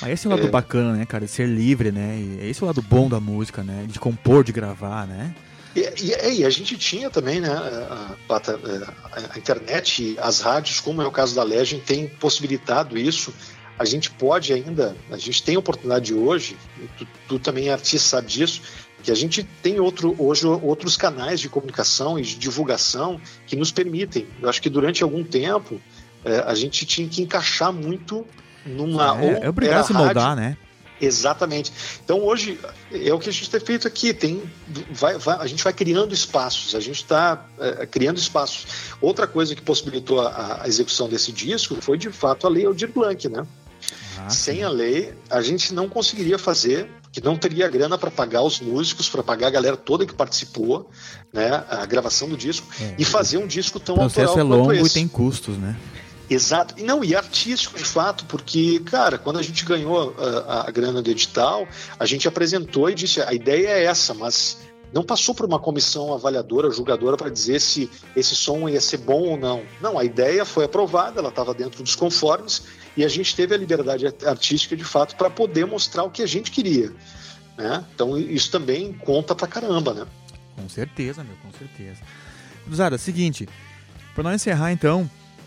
[SPEAKER 1] Mas esse é o lado
[SPEAKER 7] É.
[SPEAKER 1] bacana, né, cara? De ser livre, né? E esse é o lado bom da música, né? De compor, de gravar, né?
[SPEAKER 7] E, e, e a gente tinha também, né, a, a, a internet, as rádios, como é o caso da Legend, tem possibilitado isso. A gente pode ainda, a gente tem a oportunidade hoje, tu, tu também é artista, sabe disso, que a gente tem outro, hoje outros canais de comunicação e de divulgação que nos permitem. Eu acho que durante algum tempo é, a gente tinha que encaixar muito numa...
[SPEAKER 1] É, é obrigado a se moldar, né?
[SPEAKER 7] Exatamente. Então hoje é o que a gente tem feito aqui. Tem, vai, vai, a gente vai criando espaços, a gente está é, criando espaços. Outra coisa que possibilitou a, a execução desse disco foi de fato a Lei Aldir Blanc, né?
[SPEAKER 1] Ah,
[SPEAKER 7] Sem
[SPEAKER 1] sim.
[SPEAKER 7] a lei, a gente não conseguiria fazer, que não teria grana para pagar os músicos, para pagar a galera toda que participou, né? A gravação do disco
[SPEAKER 1] É,
[SPEAKER 7] e fazer um disco tão
[SPEAKER 1] O processo
[SPEAKER 7] autoral
[SPEAKER 1] é longo
[SPEAKER 7] quanto
[SPEAKER 1] e
[SPEAKER 7] esse.
[SPEAKER 1] tem custos, né?
[SPEAKER 7] Exato. E não, e artístico de fato, porque, cara, quando a gente ganhou a, a grana do edital, a gente apresentou e disse, a ideia é essa, mas não passou por uma comissão avaliadora, julgadora, para dizer se esse som ia ser bom ou não. Não, a ideia foi aprovada, ela estava dentro dos conformes e a gente teve a liberdade artística, de fato, para poder mostrar o que a gente queria, né? Então isso também conta pra caramba, né?
[SPEAKER 1] Com certeza, meu, com certeza. Cruzada, seguinte, para nós encerrar então,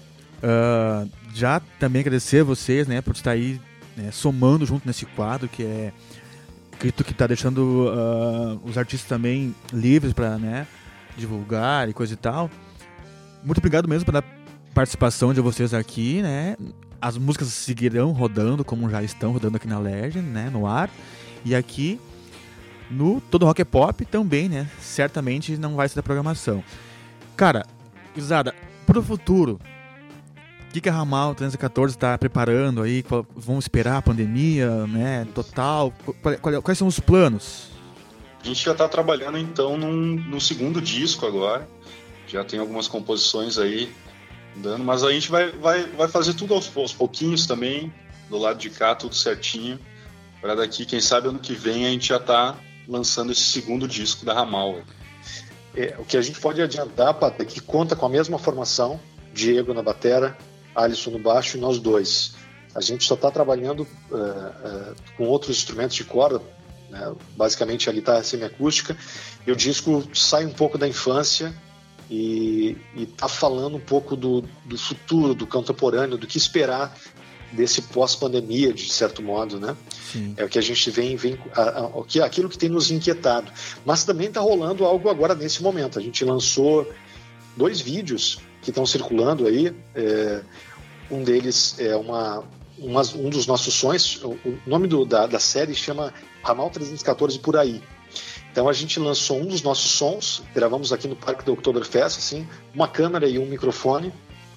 [SPEAKER 1] uh, já também agradecer a vocês, né, por estar aí, né, somando junto nesse quadro que é acredito que está deixando uh, os artistas também livres para, né, divulgar e coisa e tal. Muito obrigado mesmo pela participação de vocês aqui, né? As músicas seguirão rodando como já estão rodando aqui na Legend, né, no ar, e aqui no Todo Rock é Pop também, né? Certamente não vai ser da programação. Cara, Isada, pro futuro, o que, que a Ramal trezentos e quatorze está preparando aí? Qual, vamos esperar a pandemia, né? Total? Qual, qual, quais são os planos?
[SPEAKER 6] A gente já está trabalhando então num, no segundo disco agora. Já tem algumas composições aí dando, mas a gente vai, vai, vai fazer tudo aos, aos pouquinhos também, do lado de cá, tudo certinho. Para daqui, quem sabe ano que vem a gente já está lançando esse segundo disco da Ramal.
[SPEAKER 7] É, o que a gente pode adiantar, Pat, é que conta com a mesma formação, Diego na batera, Alisson no baixo e nós dois. A gente só está trabalhando uh, uh, com outros instrumentos de corda, né? Basicamente a guitarra semiacústica, e o disco sai um pouco da infância e está falando um pouco do, do futuro, do contemporâneo, do que esperar desse pós-pandemia, de certo modo, né?
[SPEAKER 1] Sim.
[SPEAKER 7] É o que a gente vem, vem a, a, aquilo que tem nos inquietado. Mas também está rolando algo agora nesse momento. A gente lançou dois vídeos que estão circulando aí. É, um deles é uma, uma, um dos nossos sonhos. O, o nome do, da, da série chama Ramal trezentos e quatorze Por Aí. Então a gente lançou um dos nossos sons, gravamos aqui no Parque da Oktoberfest, assim, uma câmera e um microfone.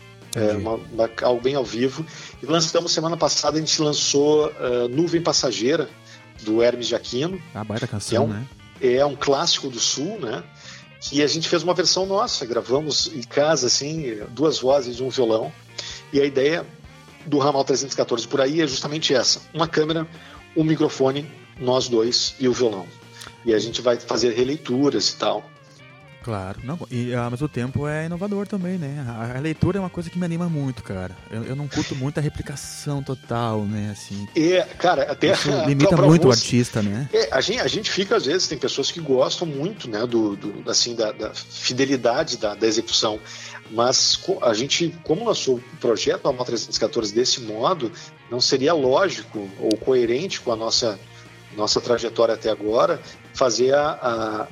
[SPEAKER 7] É, uma, uma, algo bem ao vivo. E lançamos semana passada, a gente lançou uh, Nuvem Passageira, do Hermes de Aquino.
[SPEAKER 1] Ah, baita canção,
[SPEAKER 7] que é um,
[SPEAKER 1] né?
[SPEAKER 7] É um clássico do Sul, né? Que a gente fez uma versão nossa, gravamos em casa, assim, duas vozes e um violão. E a ideia do Ramal trezentos e quatorze Por Aí é justamente essa: uma câmera, um microfone, nós dois e o violão. E a gente vai fazer releituras e tal.
[SPEAKER 1] Claro, não, e ao mesmo tempo é inovador também, né? A, a leitura é uma coisa que me anima muito, cara. Eu, eu não curto muito a replicação total, né? Assim,
[SPEAKER 7] é, cara, até
[SPEAKER 1] isso limita
[SPEAKER 7] pra, pra
[SPEAKER 1] muito
[SPEAKER 7] alguns,
[SPEAKER 1] o artista, né?
[SPEAKER 7] É, a, gente, a gente fica, às vezes, tem pessoas que gostam muito, né, do, do, assim, da, da fidelidade da, da execução. Mas a gente, como lançou o projeto Ramal trezentos e quatorze desse modo, não seria lógico ou coerente com a nossa, nossa trajetória até agora fazer a, a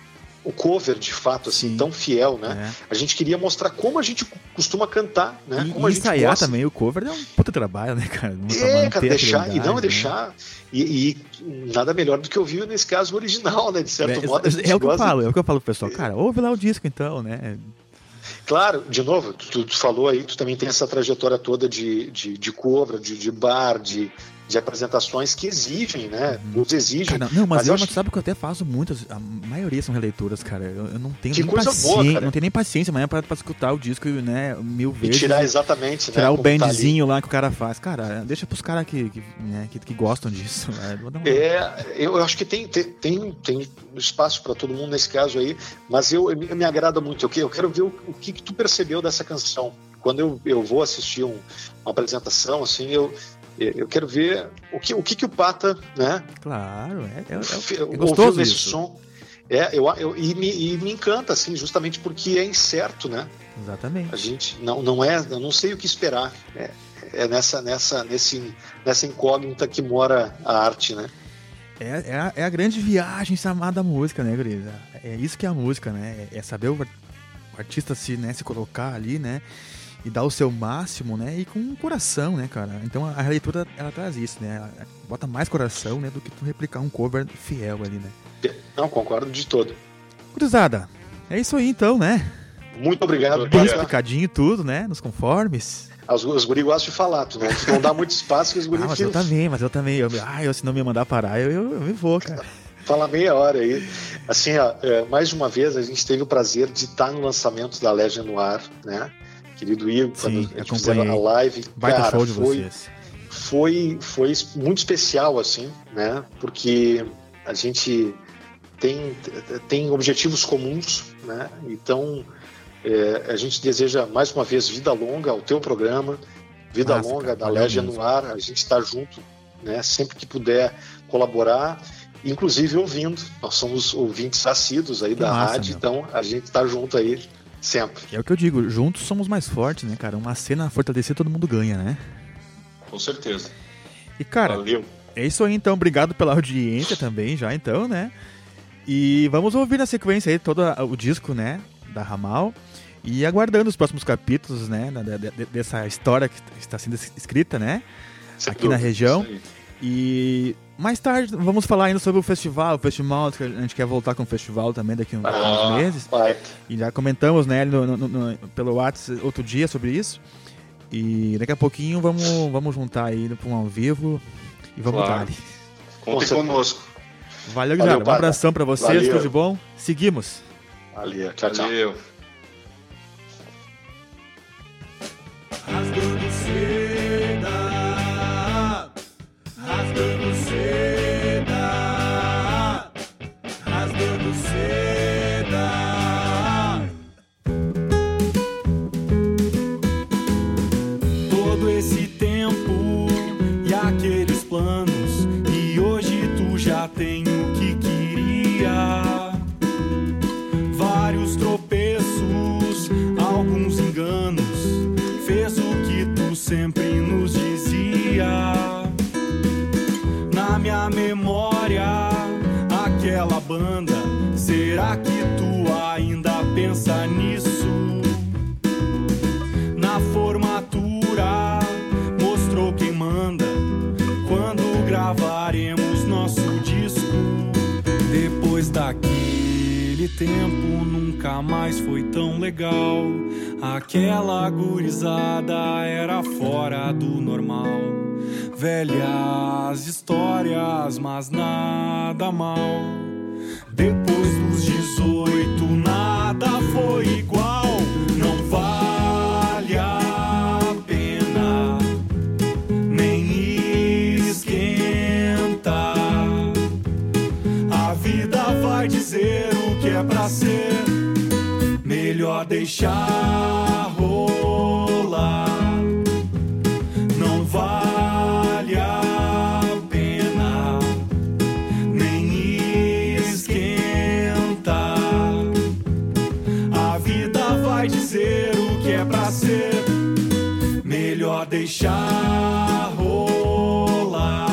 [SPEAKER 7] o cover, de fato, assim, sim, tão fiel, né? É. A gente queria mostrar como a gente costuma cantar, né?
[SPEAKER 1] E,
[SPEAKER 7] como
[SPEAKER 1] e
[SPEAKER 7] a gente
[SPEAKER 1] ensaiar
[SPEAKER 7] gosta.
[SPEAKER 1] Também o cover é um puta trabalho, né, cara?
[SPEAKER 7] É, cara, deixar, e não
[SPEAKER 1] né?
[SPEAKER 7] deixar, e, e nada melhor do que ouvir, nesse caso, o original, né? De certo
[SPEAKER 1] é,
[SPEAKER 7] modo, a gente
[SPEAKER 1] é o que
[SPEAKER 7] gosta.
[SPEAKER 1] eu falo, é o que eu falo pro pessoal, cara, ouve lá o disco então, né?
[SPEAKER 7] Claro, de novo, tu, tu falou aí, tu também tem essa trajetória toda de, de, de cover, de, de bar, de, de apresentações que exigem, né? Nos exigem.
[SPEAKER 1] Cara, não, mas, mas eu,
[SPEAKER 7] acho...
[SPEAKER 1] mas sabe que eu até faço muitas, a maioria são releituras, cara. Eu, eu não tenho
[SPEAKER 7] que
[SPEAKER 1] nem
[SPEAKER 7] coisa
[SPEAKER 1] paciência,
[SPEAKER 7] boa, cara.
[SPEAKER 1] não tenho nem paciência amanhã pra, pra escutar o disco, né, mil vezes.
[SPEAKER 7] E tirar exatamente,
[SPEAKER 1] tirar
[SPEAKER 7] né?
[SPEAKER 1] o bandzinho tá lá que o cara faz. Cara, deixa pros caras que, que, né, que, que gostam disso. Né? Vou dar uma...
[SPEAKER 7] É, eu acho que tem, tem, tem, tem espaço para todo mundo nesse caso aí, mas eu, eu me agrada muito. Eu quero ver o, o que, que tu percebeu dessa canção. Quando eu, eu vou assistir um, uma apresentação, assim, eu Eu quero ver o que o, que que o Pata, né?
[SPEAKER 1] Claro, é, é, é, é
[SPEAKER 7] ouviu
[SPEAKER 1] gostoso
[SPEAKER 7] nesse
[SPEAKER 1] isso.
[SPEAKER 7] som. É, eu, eu, e, me, e me encanta, assim, justamente porque é incerto, né?
[SPEAKER 1] Exatamente.
[SPEAKER 7] A gente não, não é, eu não sei o que esperar. É, é nessa, nessa, nesse, nessa incógnita que mora a arte, né?
[SPEAKER 1] É, é, a, é a grande viagem chamada música, né, Guriza? É isso que é a música, né? É saber o, o artista se, né, se colocar ali, né? E dar o seu máximo, né? E com um coração, né, cara? Então a, a releitura, ela traz isso, né? Ela bota mais coração, né? Do que tu replicar um cover fiel ali, né?
[SPEAKER 7] Não, concordo de todo.
[SPEAKER 1] Gurizada, é isso aí então, né?
[SPEAKER 7] Muito obrigado.
[SPEAKER 1] Bem explicadinho tudo, né? Nos conformes.
[SPEAKER 7] Os, os guri gostam de falar, tu não, tu não dá muito espaço que os guri
[SPEAKER 1] Ah, mas eu também, mas eu também. Eu, ah, eu, se não me mandar parar, eu, eu, eu me vou, cara.
[SPEAKER 7] Fala meia hora aí. Assim, ó, é, mais uma vez, a gente teve o prazer de estar no lançamento da Legend no Ar, né? Querido Igor,
[SPEAKER 1] Sim,
[SPEAKER 7] quando a gente fizeram a live.
[SPEAKER 1] Baita
[SPEAKER 7] cara,
[SPEAKER 1] show de
[SPEAKER 7] foi,
[SPEAKER 1] vocês.
[SPEAKER 7] Foi, foi muito especial, assim, né? Porque a gente tem, tem objetivos comuns, né? Então, é, a gente deseja, mais uma vez, vida longa ao teu programa, vida
[SPEAKER 1] Nossa,
[SPEAKER 7] longa
[SPEAKER 1] cara,
[SPEAKER 7] da
[SPEAKER 1] valeu
[SPEAKER 7] Legend
[SPEAKER 1] mesmo.
[SPEAKER 7] no Ar. A gente está junto, né? Sempre que puder colaborar, inclusive ouvindo. Nós somos ouvintes assíduos aí
[SPEAKER 1] Que
[SPEAKER 7] da
[SPEAKER 1] massa,
[SPEAKER 7] rádio,
[SPEAKER 1] meu.
[SPEAKER 7] então a gente está junto aí sempre.
[SPEAKER 1] É o que eu digo, juntos somos mais fortes, né, cara? Uma cena fortalecida, todo mundo ganha, né?
[SPEAKER 6] Com certeza.
[SPEAKER 1] E, cara,
[SPEAKER 7] Valeu.
[SPEAKER 1] é isso aí, então. Obrigado pela audiência também, já, então, né? E vamos ouvir na sequência aí todo o disco, né, da Ramal. E aguardando os próximos capítulos, né, da- da- dessa história que está sendo escrita, né,
[SPEAKER 7] Sem
[SPEAKER 1] aqui na
[SPEAKER 7] dúvida,
[SPEAKER 1] região.
[SPEAKER 6] Isso aí.
[SPEAKER 1] E mais tarde vamos falar ainda sobre o festival, o festival, que a gente quer voltar com o festival também daqui a uns
[SPEAKER 7] Ah,
[SPEAKER 1] meses.
[SPEAKER 7] vai.
[SPEAKER 1] E já comentamos, né, no, no- no- pelo WhatsApp outro dia sobre isso. E daqui a pouquinho vamos, vamos juntar aí para um ao vivo e vamos
[SPEAKER 6] Claro.
[SPEAKER 1] lá. ali.
[SPEAKER 6] Contem
[SPEAKER 7] Com
[SPEAKER 6] conosco.
[SPEAKER 1] Valeu,
[SPEAKER 7] Valeu,
[SPEAKER 1] galera. Um
[SPEAKER 7] Pata.
[SPEAKER 1] abração para vocês,
[SPEAKER 7] Valeu.
[SPEAKER 1] tudo de bom. Seguimos.
[SPEAKER 7] Valeu. Tchau, tchau.
[SPEAKER 6] Valeu.
[SPEAKER 5] Rasgando seda, rasgando seda, rasgando seda.
[SPEAKER 9] Todo esse tempo e aqueles planos, e hoje tu já tem o que queria. Vários tropeços, alguns enganos, fez o que tu sempre nos dizia. Na minha memória, aquela banda, será que tu ainda pensa nisso? Na formatura, mostrou quem manda, quando gravaremos nosso disco. Depois daquele tempo, nunca mais foi tão legal. Aquela gurizada era fora do normal. Velhas histórias, mas nada mal. Depois dos dezoito, nada foi igual. Não vale a pena nem esquenta. A vida vai dizer o que é pra ser. Melhor deixar rolar. Não vale a pena nem esquenta. A vida vai dizer o que é pra ser. Melhor deixar rolar.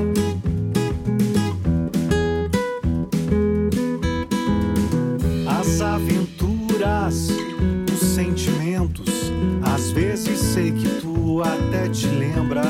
[SPEAKER 9] As aventuras, os sentimentos, às vezes sei que tu até te lembra.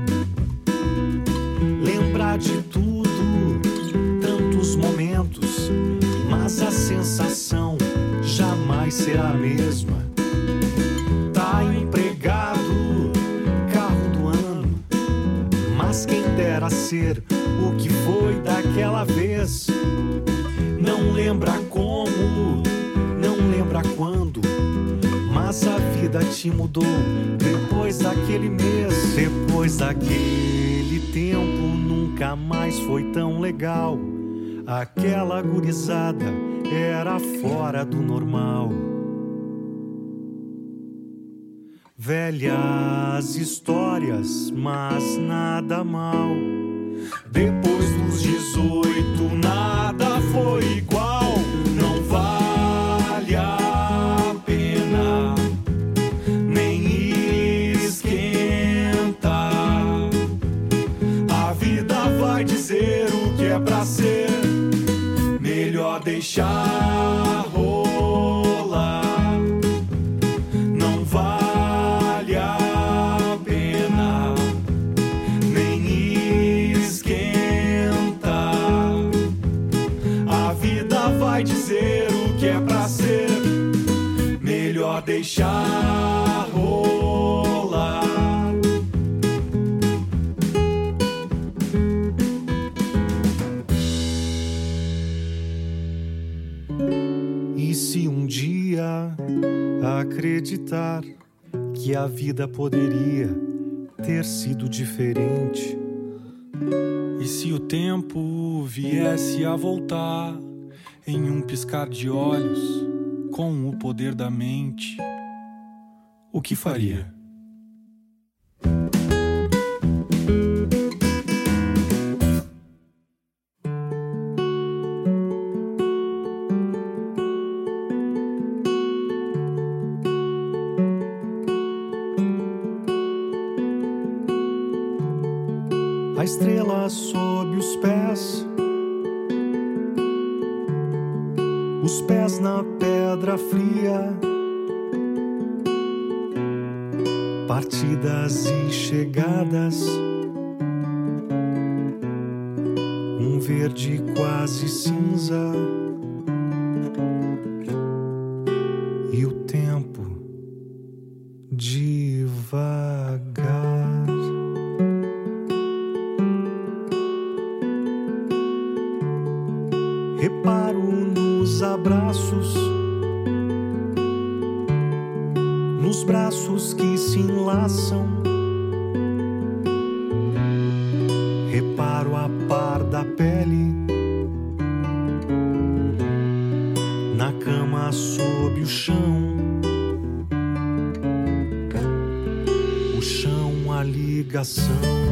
[SPEAKER 9] Lembra de tudo, tantos momentos, mas a sensação jamais será a mesma. Tá empregado, carro do ano, mas quem dera ser o que foi daquela vez. Não lembra como, não lembra quando, mas a vida te mudou depois daquele mês. Depois daquele tempo nunca mais foi tão legal. Aquela gurizada era fora do normal.
[SPEAKER 8] Velhas histórias, mas nada mal. Depois dos dezoito, nada foi igual. Não vale a pena nem esquentar. A vida vai dizer o que é pra ser. Melhor deixar rolar. Não vale a pena nem esquentar. A vida vai dizer o que é pra ser. Melhor deixar rolar. E se um dia acreditar que a vida poderia ter sido diferente, e se o tempo viesse a voltar em um piscar de olhos com o poder da mente, o que faria? A estrela sob os pés, os pés na pedra fria, partidas e chegadas, um verde quase cinza, e o tempo devagar. Reparo nos abraços, nos braços que se enlaçam. Reparo a par da pele, na cama sob o chão. O chão, a ligação.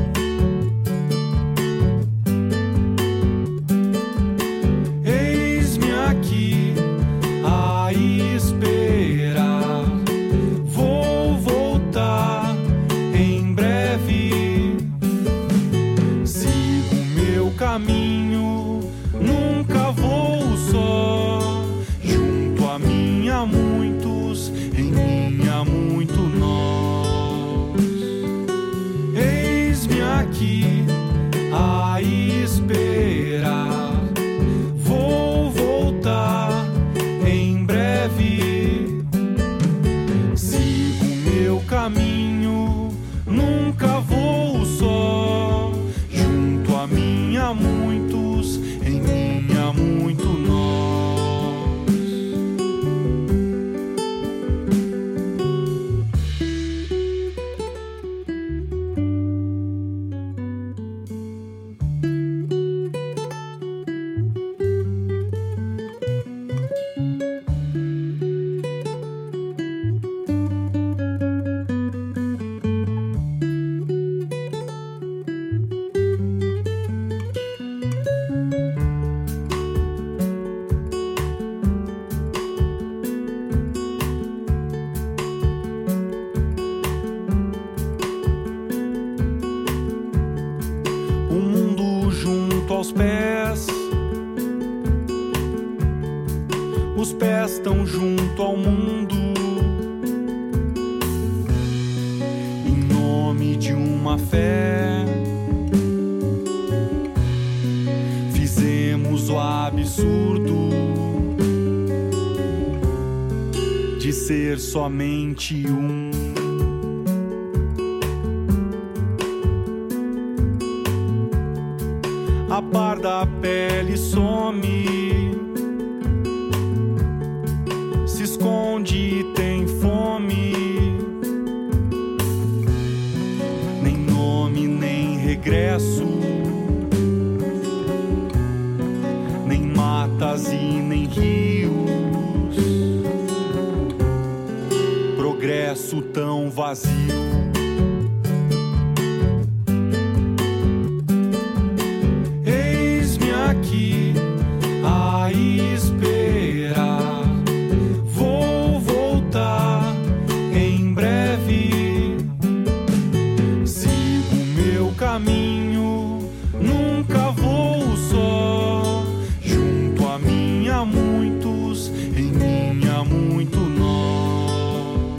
[SPEAKER 8] Aos pés, os pés estão junto ao mundo, em nome de uma fé. Fizemos o absurdo de ser somente um. A par da pele some, se esconde e tem fome. Nem nome, nem regresso, nem matas e nem rios. Progresso
[SPEAKER 9] universo tão vazio. Eis-me aqui a esperar. Vou voltar em breve. Sigo meu caminho, nunca vou só. Junto a mim há muitos, em mim há muito nós.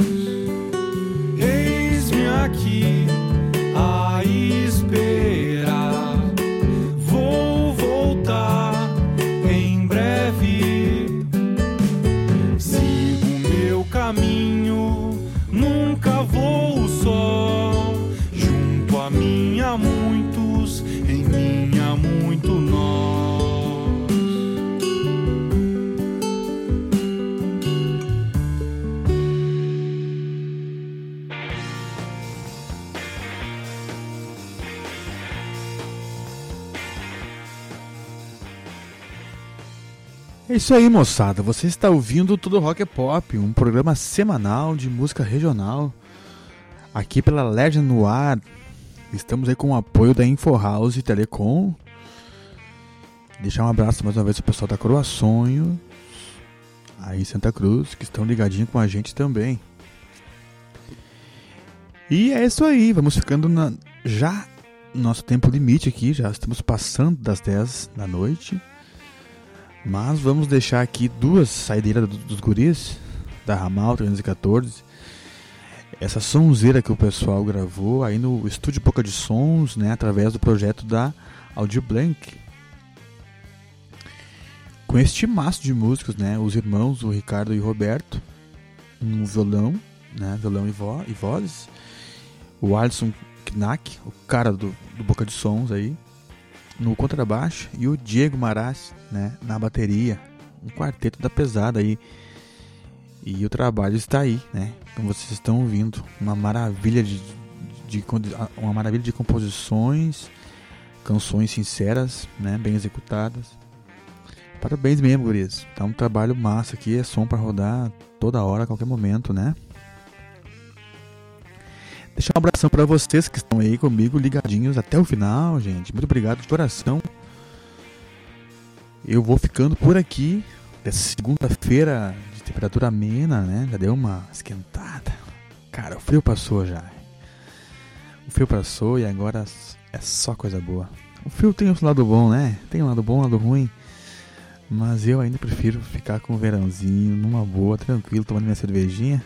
[SPEAKER 9] Eis-me aqui a esperar. Vou voltar em breve. Sigo meu caminho, nunca vou só. Junto a mim há muitos, em mim há muito nós.
[SPEAKER 1] É isso aí, moçada. Você está ouvindo Tudo Rock é Pop, um programa semanal de música regional, aqui pela Legend no Ar. Estamos aí com o apoio da InfoHouse Telecom. Deixar um abraço mais uma vez pro pessoal da Coroa Sonho, aí em Santa Cruz, que estão ligadinhos com a gente também. E é isso aí, vamos ficando na, já no nosso tempo limite aqui, já estamos passando das dez da noite. Mas vamos deixar aqui duas saideiras do, dos guris da Ramal trezentos e quatorze. Essa sonzeira que o pessoal gravou aí no Estúdio Boca de Sons, né, através do projeto da Audio Blank. Com este maço de músicos, né, os irmãos, o Ricardo e o Roberto, no violão, né, violão e, vo e vozes. O Alisson Knack, o cara do, do Boca de Sons aí, no contrabaixo, e o Diego Marassi, né, na bateria. Um quarteto da pesada aí. E o trabalho está aí, né? Como vocês estão ouvindo, uma maravilha de, de, de uma maravilha de composições, canções sinceras, né, bem executadas. Parabéns mesmo, guris. Tá um trabalho massa aqui, é som para rodar toda hora, a qualquer momento, né? Deixar um abração para vocês que estão aí comigo, ligadinhos até o final, gente. Muito obrigado de coração. Eu vou ficando por aqui. Dessa segunda-feira de temperatura amena, né? Já deu uma esquentada. Cara, o frio passou já. O frio passou e agora é só coisa boa. O frio tem um lado bom, né? Tem um lado bom, um lado ruim. Mas eu ainda prefiro ficar com o verãozinho, numa boa, tranquilo, tomando minha cervejinha.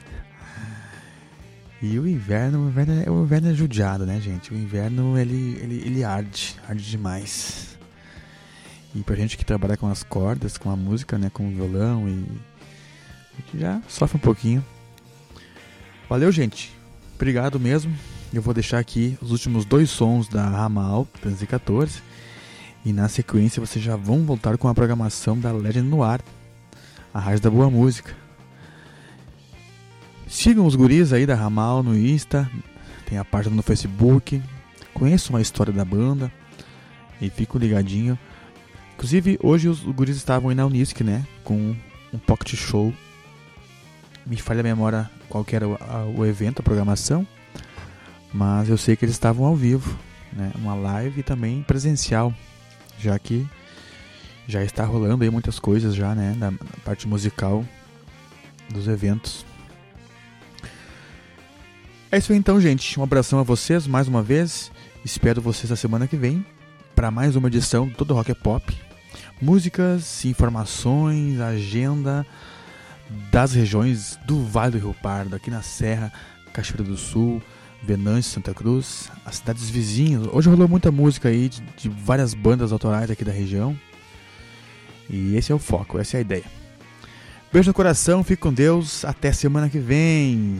[SPEAKER 1] E o inverno, o inverno, é, o inverno é judiado, né, gente? O inverno, ele, ele, ele arde, arde demais. E pra gente que trabalha com as cordas, com a música, né, com o violão, e a gente já sofre um pouquinho. Valeu, gente. Obrigado mesmo. Eu vou deixar aqui os últimos dois sons da Ramal trezentos e quatorze. E na sequência vocês já vão voltar com a programação da Legend no Ar, a rádio da boa música. Sigam os guris aí da Ramal no Insta, tem a página no Facebook, conheçam a história da banda e fiquem ligadinho. Inclusive hoje os guris estavam aí na Unisc, né, com um pocket show. Me falha a memória qual que era o, a, o evento, a programação, mas eu sei que eles estavam ao vivo, né, uma live também presencial, já que já está rolando aí muitas coisas já, né, da parte musical dos eventos. É isso aí então, gente. Um abração a vocês mais uma vez. Espero vocês na semana que vem para mais uma edição do Todo Rock é Pop. Músicas, informações, agenda das regiões do Vale do Rio Pardo, aqui na Serra, Cachoeira do Sul, Venâncio, Santa Cruz, as cidades vizinhas. Hoje rolou muita música aí de, de várias bandas autorais aqui da região. E esse é o foco, essa é a ideia. Beijo no coração, fique com Deus. Até semana que vem.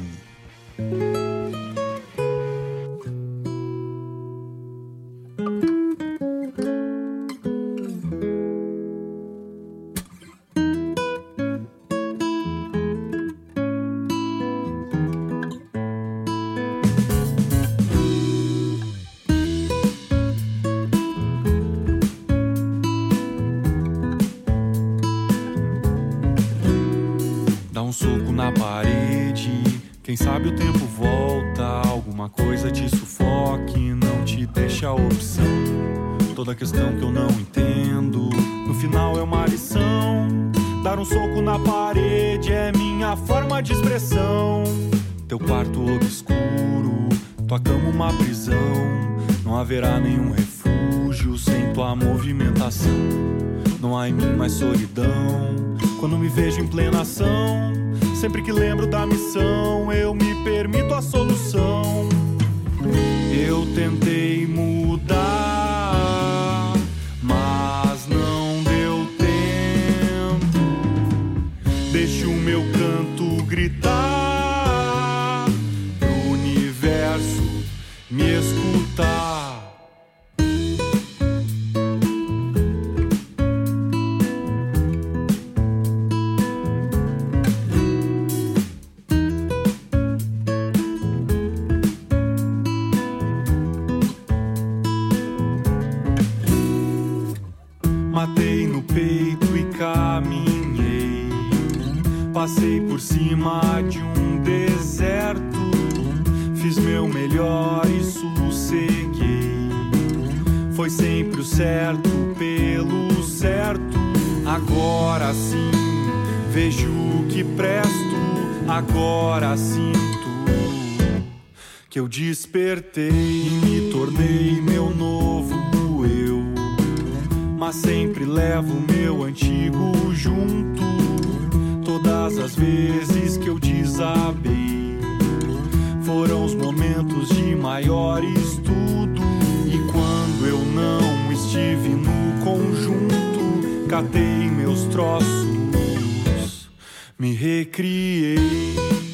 [SPEAKER 9] Dá um soco na parede, Quem sabe o tempo volta, alguma coisa te sufoque, não te deixa a opção. Toda questão que eu não entendo, no final é uma lição. Dar um soco na parede é minha forma de expressão. Teu quarto obscuro, tua cama uma prisão. Não haverá nenhum refúgio sem tua movimentação. Não há em mim mais solidão quando me vejo em plena ação. Sempre que lembro da missão, eu me permito a solução. Eu tentei mudar, mas não deu tempo. Deixo o meu canto gritar pro universo me escutar. Matei no peito e caminhei. Passei por cima de um deserto. Fiz meu melhor e sosseguei. Foi sempre o certo pelo certo. Agora sim vejo que presto. Agora sinto que eu despertei e me tornei meu novo eu. Mas sempre levo meu antigo junto. Todas as vezes que eu desabei foram os momentos de maior estudo. E quando eu não estive no conjunto, catei meus troços, me recriei.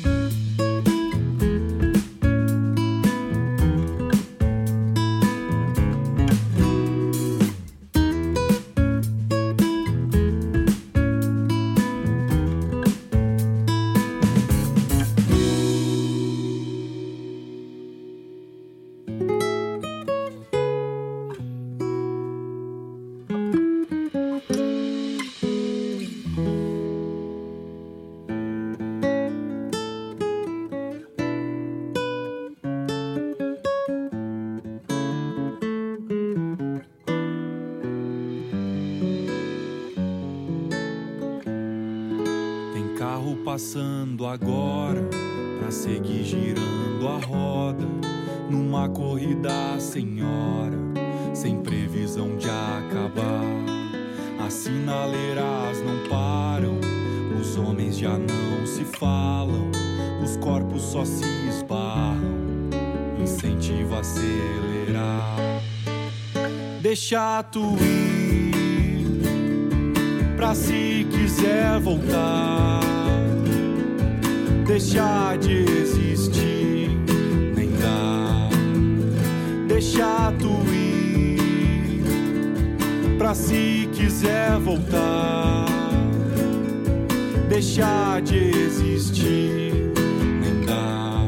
[SPEAKER 9] Passando agora pra seguir girando a roda numa corrida sem hora, sem previsão de acabar. As sinaleiras não param, os homens já não se falam, os corpos só se esbarram. Incentiva a acelerar. Deixa tu ir pra se quiser voltar. Deixar de existir, nem dá. Deixa tu ir pra se quiser voltar. Deixar de existir, nem dá.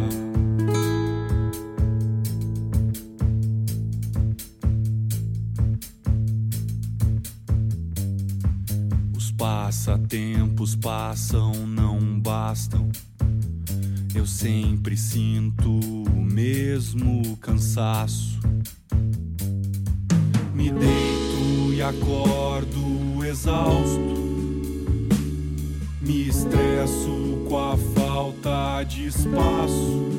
[SPEAKER 9] Os passatempos passam, não bastam. Eu sempre sinto o mesmo cansaço. Me deito e acordo exausto. Me estresso com a falta de espaço.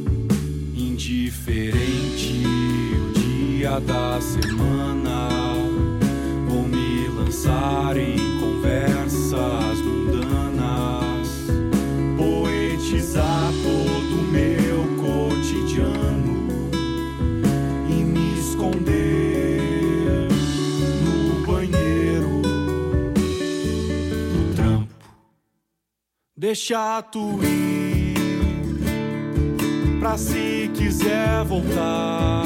[SPEAKER 9] Indiferente o dia da semana. Vou me lançar em conversas mundanas. Poetizar todo o meu cotidiano e me esconder no banheiro do trampo. Deixa tu ir pra se quiser voltar.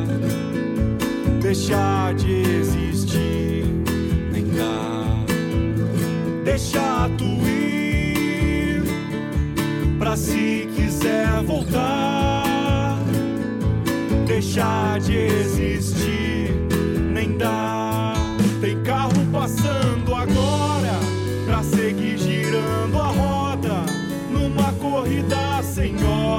[SPEAKER 9] Deixar de existir, nem dá. Deixa tu ir pra se quiser voltar. Deixar de existir, nem dá. Tem carro passando agora pra seguir girando a roda numa corrida sem hora.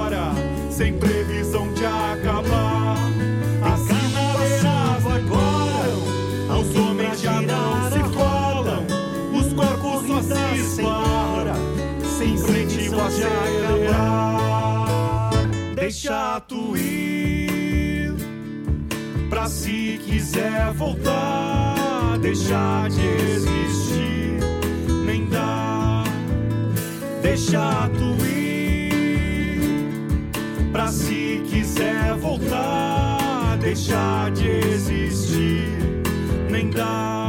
[SPEAKER 9] só se esbarra, sem incentivo a se acelerar. Deixa tu ir, pra se quiser voltar, deixar de existir, nem dá. Deixa tu ir, pra se quiser voltar, deixar de existir, nem dá.